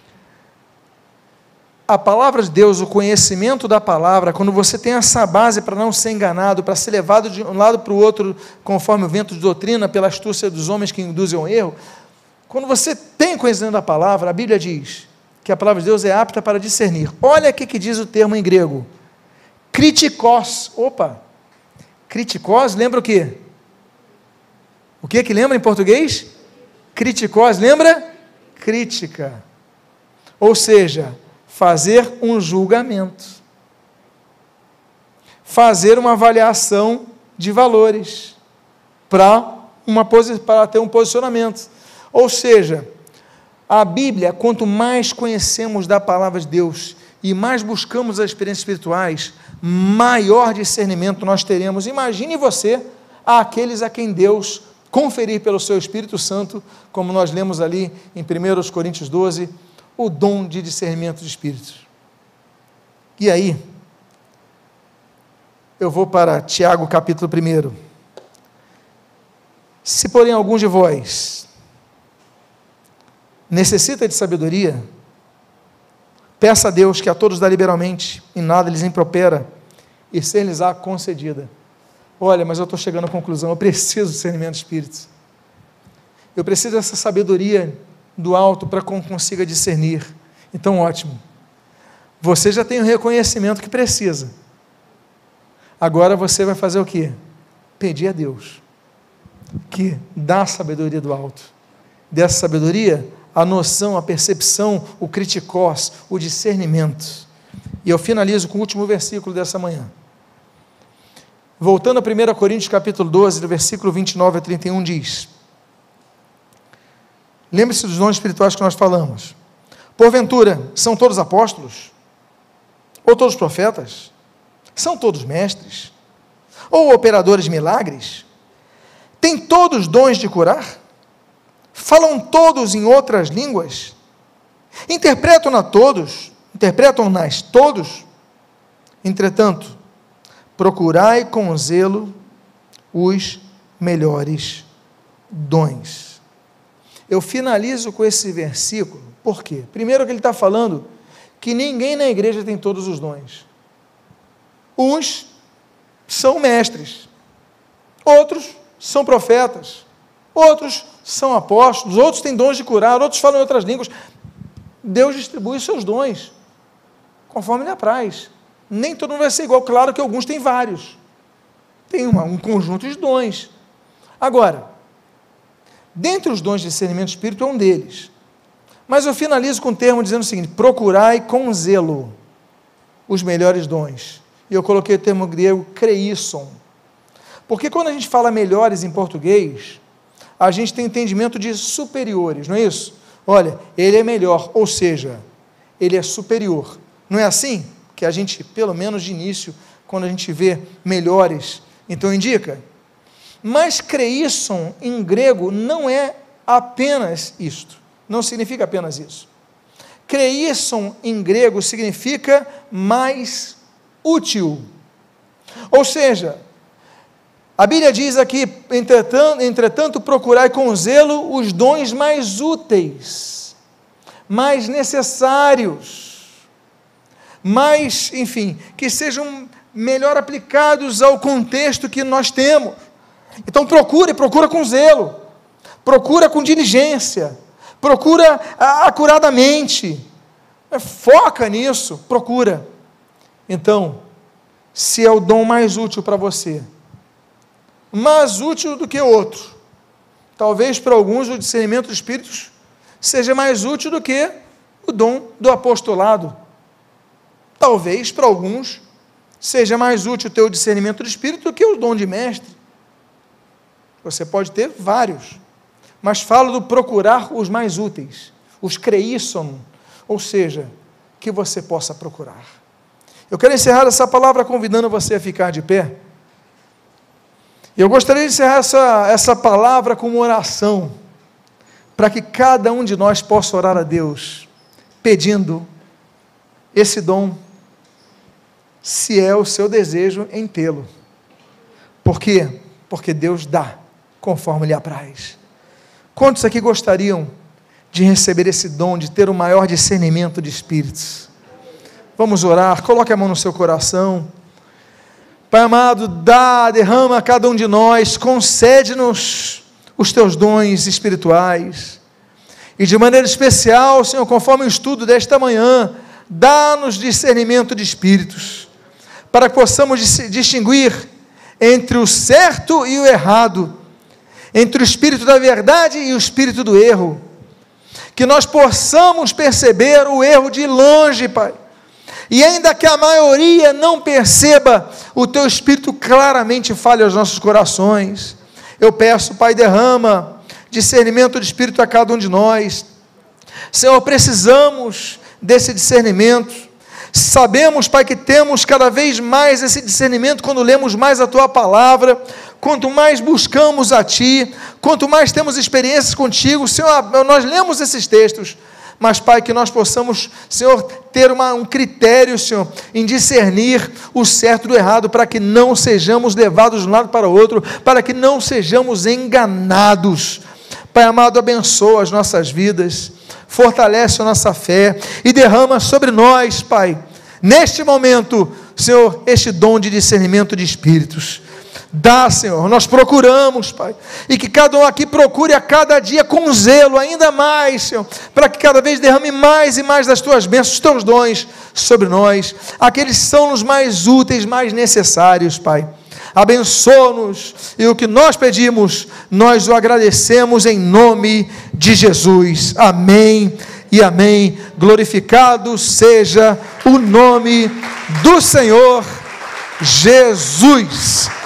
A palavra de Deus, o conhecimento da palavra, quando você tem essa base para não ser enganado, para ser levado de um lado para o outro, conforme o vento de doutrina, pela astúcia dos homens que induzem ao erro, quando você tem conhecimento da palavra, a Bíblia diz que a palavra de Deus é apta para discernir. Olha aqui que diz o termo em grego, kritikos. Opa, kritikos lembra o quê? O que lembra em português? Kritikos lembra? Crítica. Ou seja, fazer um julgamento, fazer uma avaliação de valores, para ter um posicionamento. Ou seja, a Bíblia, quanto mais conhecemos da palavra de Deus e mais buscamos as experiências espirituais, maior discernimento nós teremos. Imagine você, aqueles a quem Deus conferir pelo seu Espírito Santo, como nós lemos ali em 1 Coríntios 12, o dom de discernimento de espíritos. E aí, eu vou para Tiago capítulo 1. Se porém alguns de vós necessita de sabedoria, peça a Deus, que a todos dá liberalmente, e nada lhes impropera, e ser-lhes-á concedida. Olha, mas eu estou chegando à conclusão, eu preciso de discernimento de espíritos, eu preciso dessa sabedoria do alto, para que eu consiga discernir. Então ótimo, você já tem o reconhecimento que precisa, Agora você vai fazer o quê? Pedir a Deus, que dá a sabedoria do alto. Dessa sabedoria, a noção, a percepção, o criticós, o discernimento. E eu finalizo com o último versículo dessa manhã. Voltando a 1 Coríntios capítulo 12, do versículo 29 a 31, diz: lembre-se dos dons espirituais que nós falamos. Porventura, são todos apóstolos? Ou todos profetas? São todos mestres? Ou operadores de milagres? Têm todos dons de curar? Falam todos em outras línguas? Interpretam-nas todos? Entretanto, procurai com zelo os melhores dons. Eu finalizo com esse versículo, por quê? Primeiro que ele está falando que ninguém na igreja tem todos os dons. Uns são mestres, outros são profetas, outros são apóstolos, outros têm dons de curar, outros falam em outras línguas. Deus distribui os seus dons, conforme lhe apraz. Nem todo mundo vai ser igual, claro que alguns têm vários, tem um conjunto de dons. Agora, dentre os dons de discernimento do Espírito é um deles, mas eu finalizo com um termo dizendo o seguinte: procurai com zelo os melhores dons. E eu coloquei o termo grego kreisson, porque quando a gente fala melhores em português, a gente tem entendimento de superiores, não é isso? Olha, ele é melhor, ou seja, ele é superior. Não é assim que a gente, pelo menos de início, quando a gente vê melhores, então indica? Mas kreisson em grego não é apenas isto, não significa apenas isso. Kreisson em grego significa mais útil, ou seja, a Bíblia diz aqui, entretanto, procurai com zelo os dons mais úteis, mais necessários, mais, enfim, que sejam melhor aplicados ao contexto que nós temos. Então procura com zelo, procura com diligência, procura acuradamente, foca nisso, procura. Então, se é o dom mais útil para você, mais útil do que outro, talvez para alguns o discernimento dos espíritos seja mais útil do que o dom do apostolado, talvez para alguns seja mais útil ter o discernimento do espírito do que o dom de mestre. Você pode ter vários, mas falo do procurar os mais úteis, os kreisson, ou seja, que você possa procurar. Eu quero encerrar essa palavra convidando você a ficar de pé. E eu gostaria de encerrar essa palavra com uma oração, para que cada um de nós possa orar a Deus, pedindo esse dom, se é o seu desejo em tê-lo. Por quê? Porque Deus dá, conforme lhe apraz. Quantos aqui gostariam de receber esse dom, de ter o maior discernimento de espíritos? Vamos orar, coloque a mão no seu coração. Pai amado, derrama a cada um de nós, concede-nos os teus dons espirituais, e de maneira especial, Senhor, conforme o estudo desta manhã, dá-nos discernimento de espíritos, para que possamos distinguir entre o certo e o errado, entre o espírito da verdade e o espírito do erro, que nós possamos perceber o erro de longe, Pai, e ainda que a maioria não perceba, o Teu Espírito claramente fale aos nossos corações. Eu peço, Pai, derrama discernimento de Espírito a cada um de nós. Senhor, precisamos desse discernimento. Sabemos, Pai, que temos cada vez mais esse discernimento quando lemos mais a Tua Palavra, quanto mais buscamos a Ti, quanto mais temos experiências contigo. Senhor, nós lemos esses textos, mas, Pai, que nós possamos, Senhor, ter um critério, Senhor, em discernir o certo do errado, para que não sejamos levados de um lado para o outro, para que não sejamos enganados. Pai amado, abençoa as nossas vidas, fortalece a nossa fé e derrama sobre nós, Pai, neste momento, Senhor, este dom de discernimento de espíritos. Dá, Senhor, nós procuramos, Pai, e que cada um aqui procure a cada dia com zelo, ainda mais, Senhor, para que cada vez derrame mais e mais das Tuas bênçãos, os Teus dons sobre nós, aqueles que são os mais úteis, mais necessários, Pai. Abençoa-nos, e o que nós pedimos, nós o agradecemos em nome de Jesus. Amém e amém. Glorificado seja o nome do Senhor Jesus.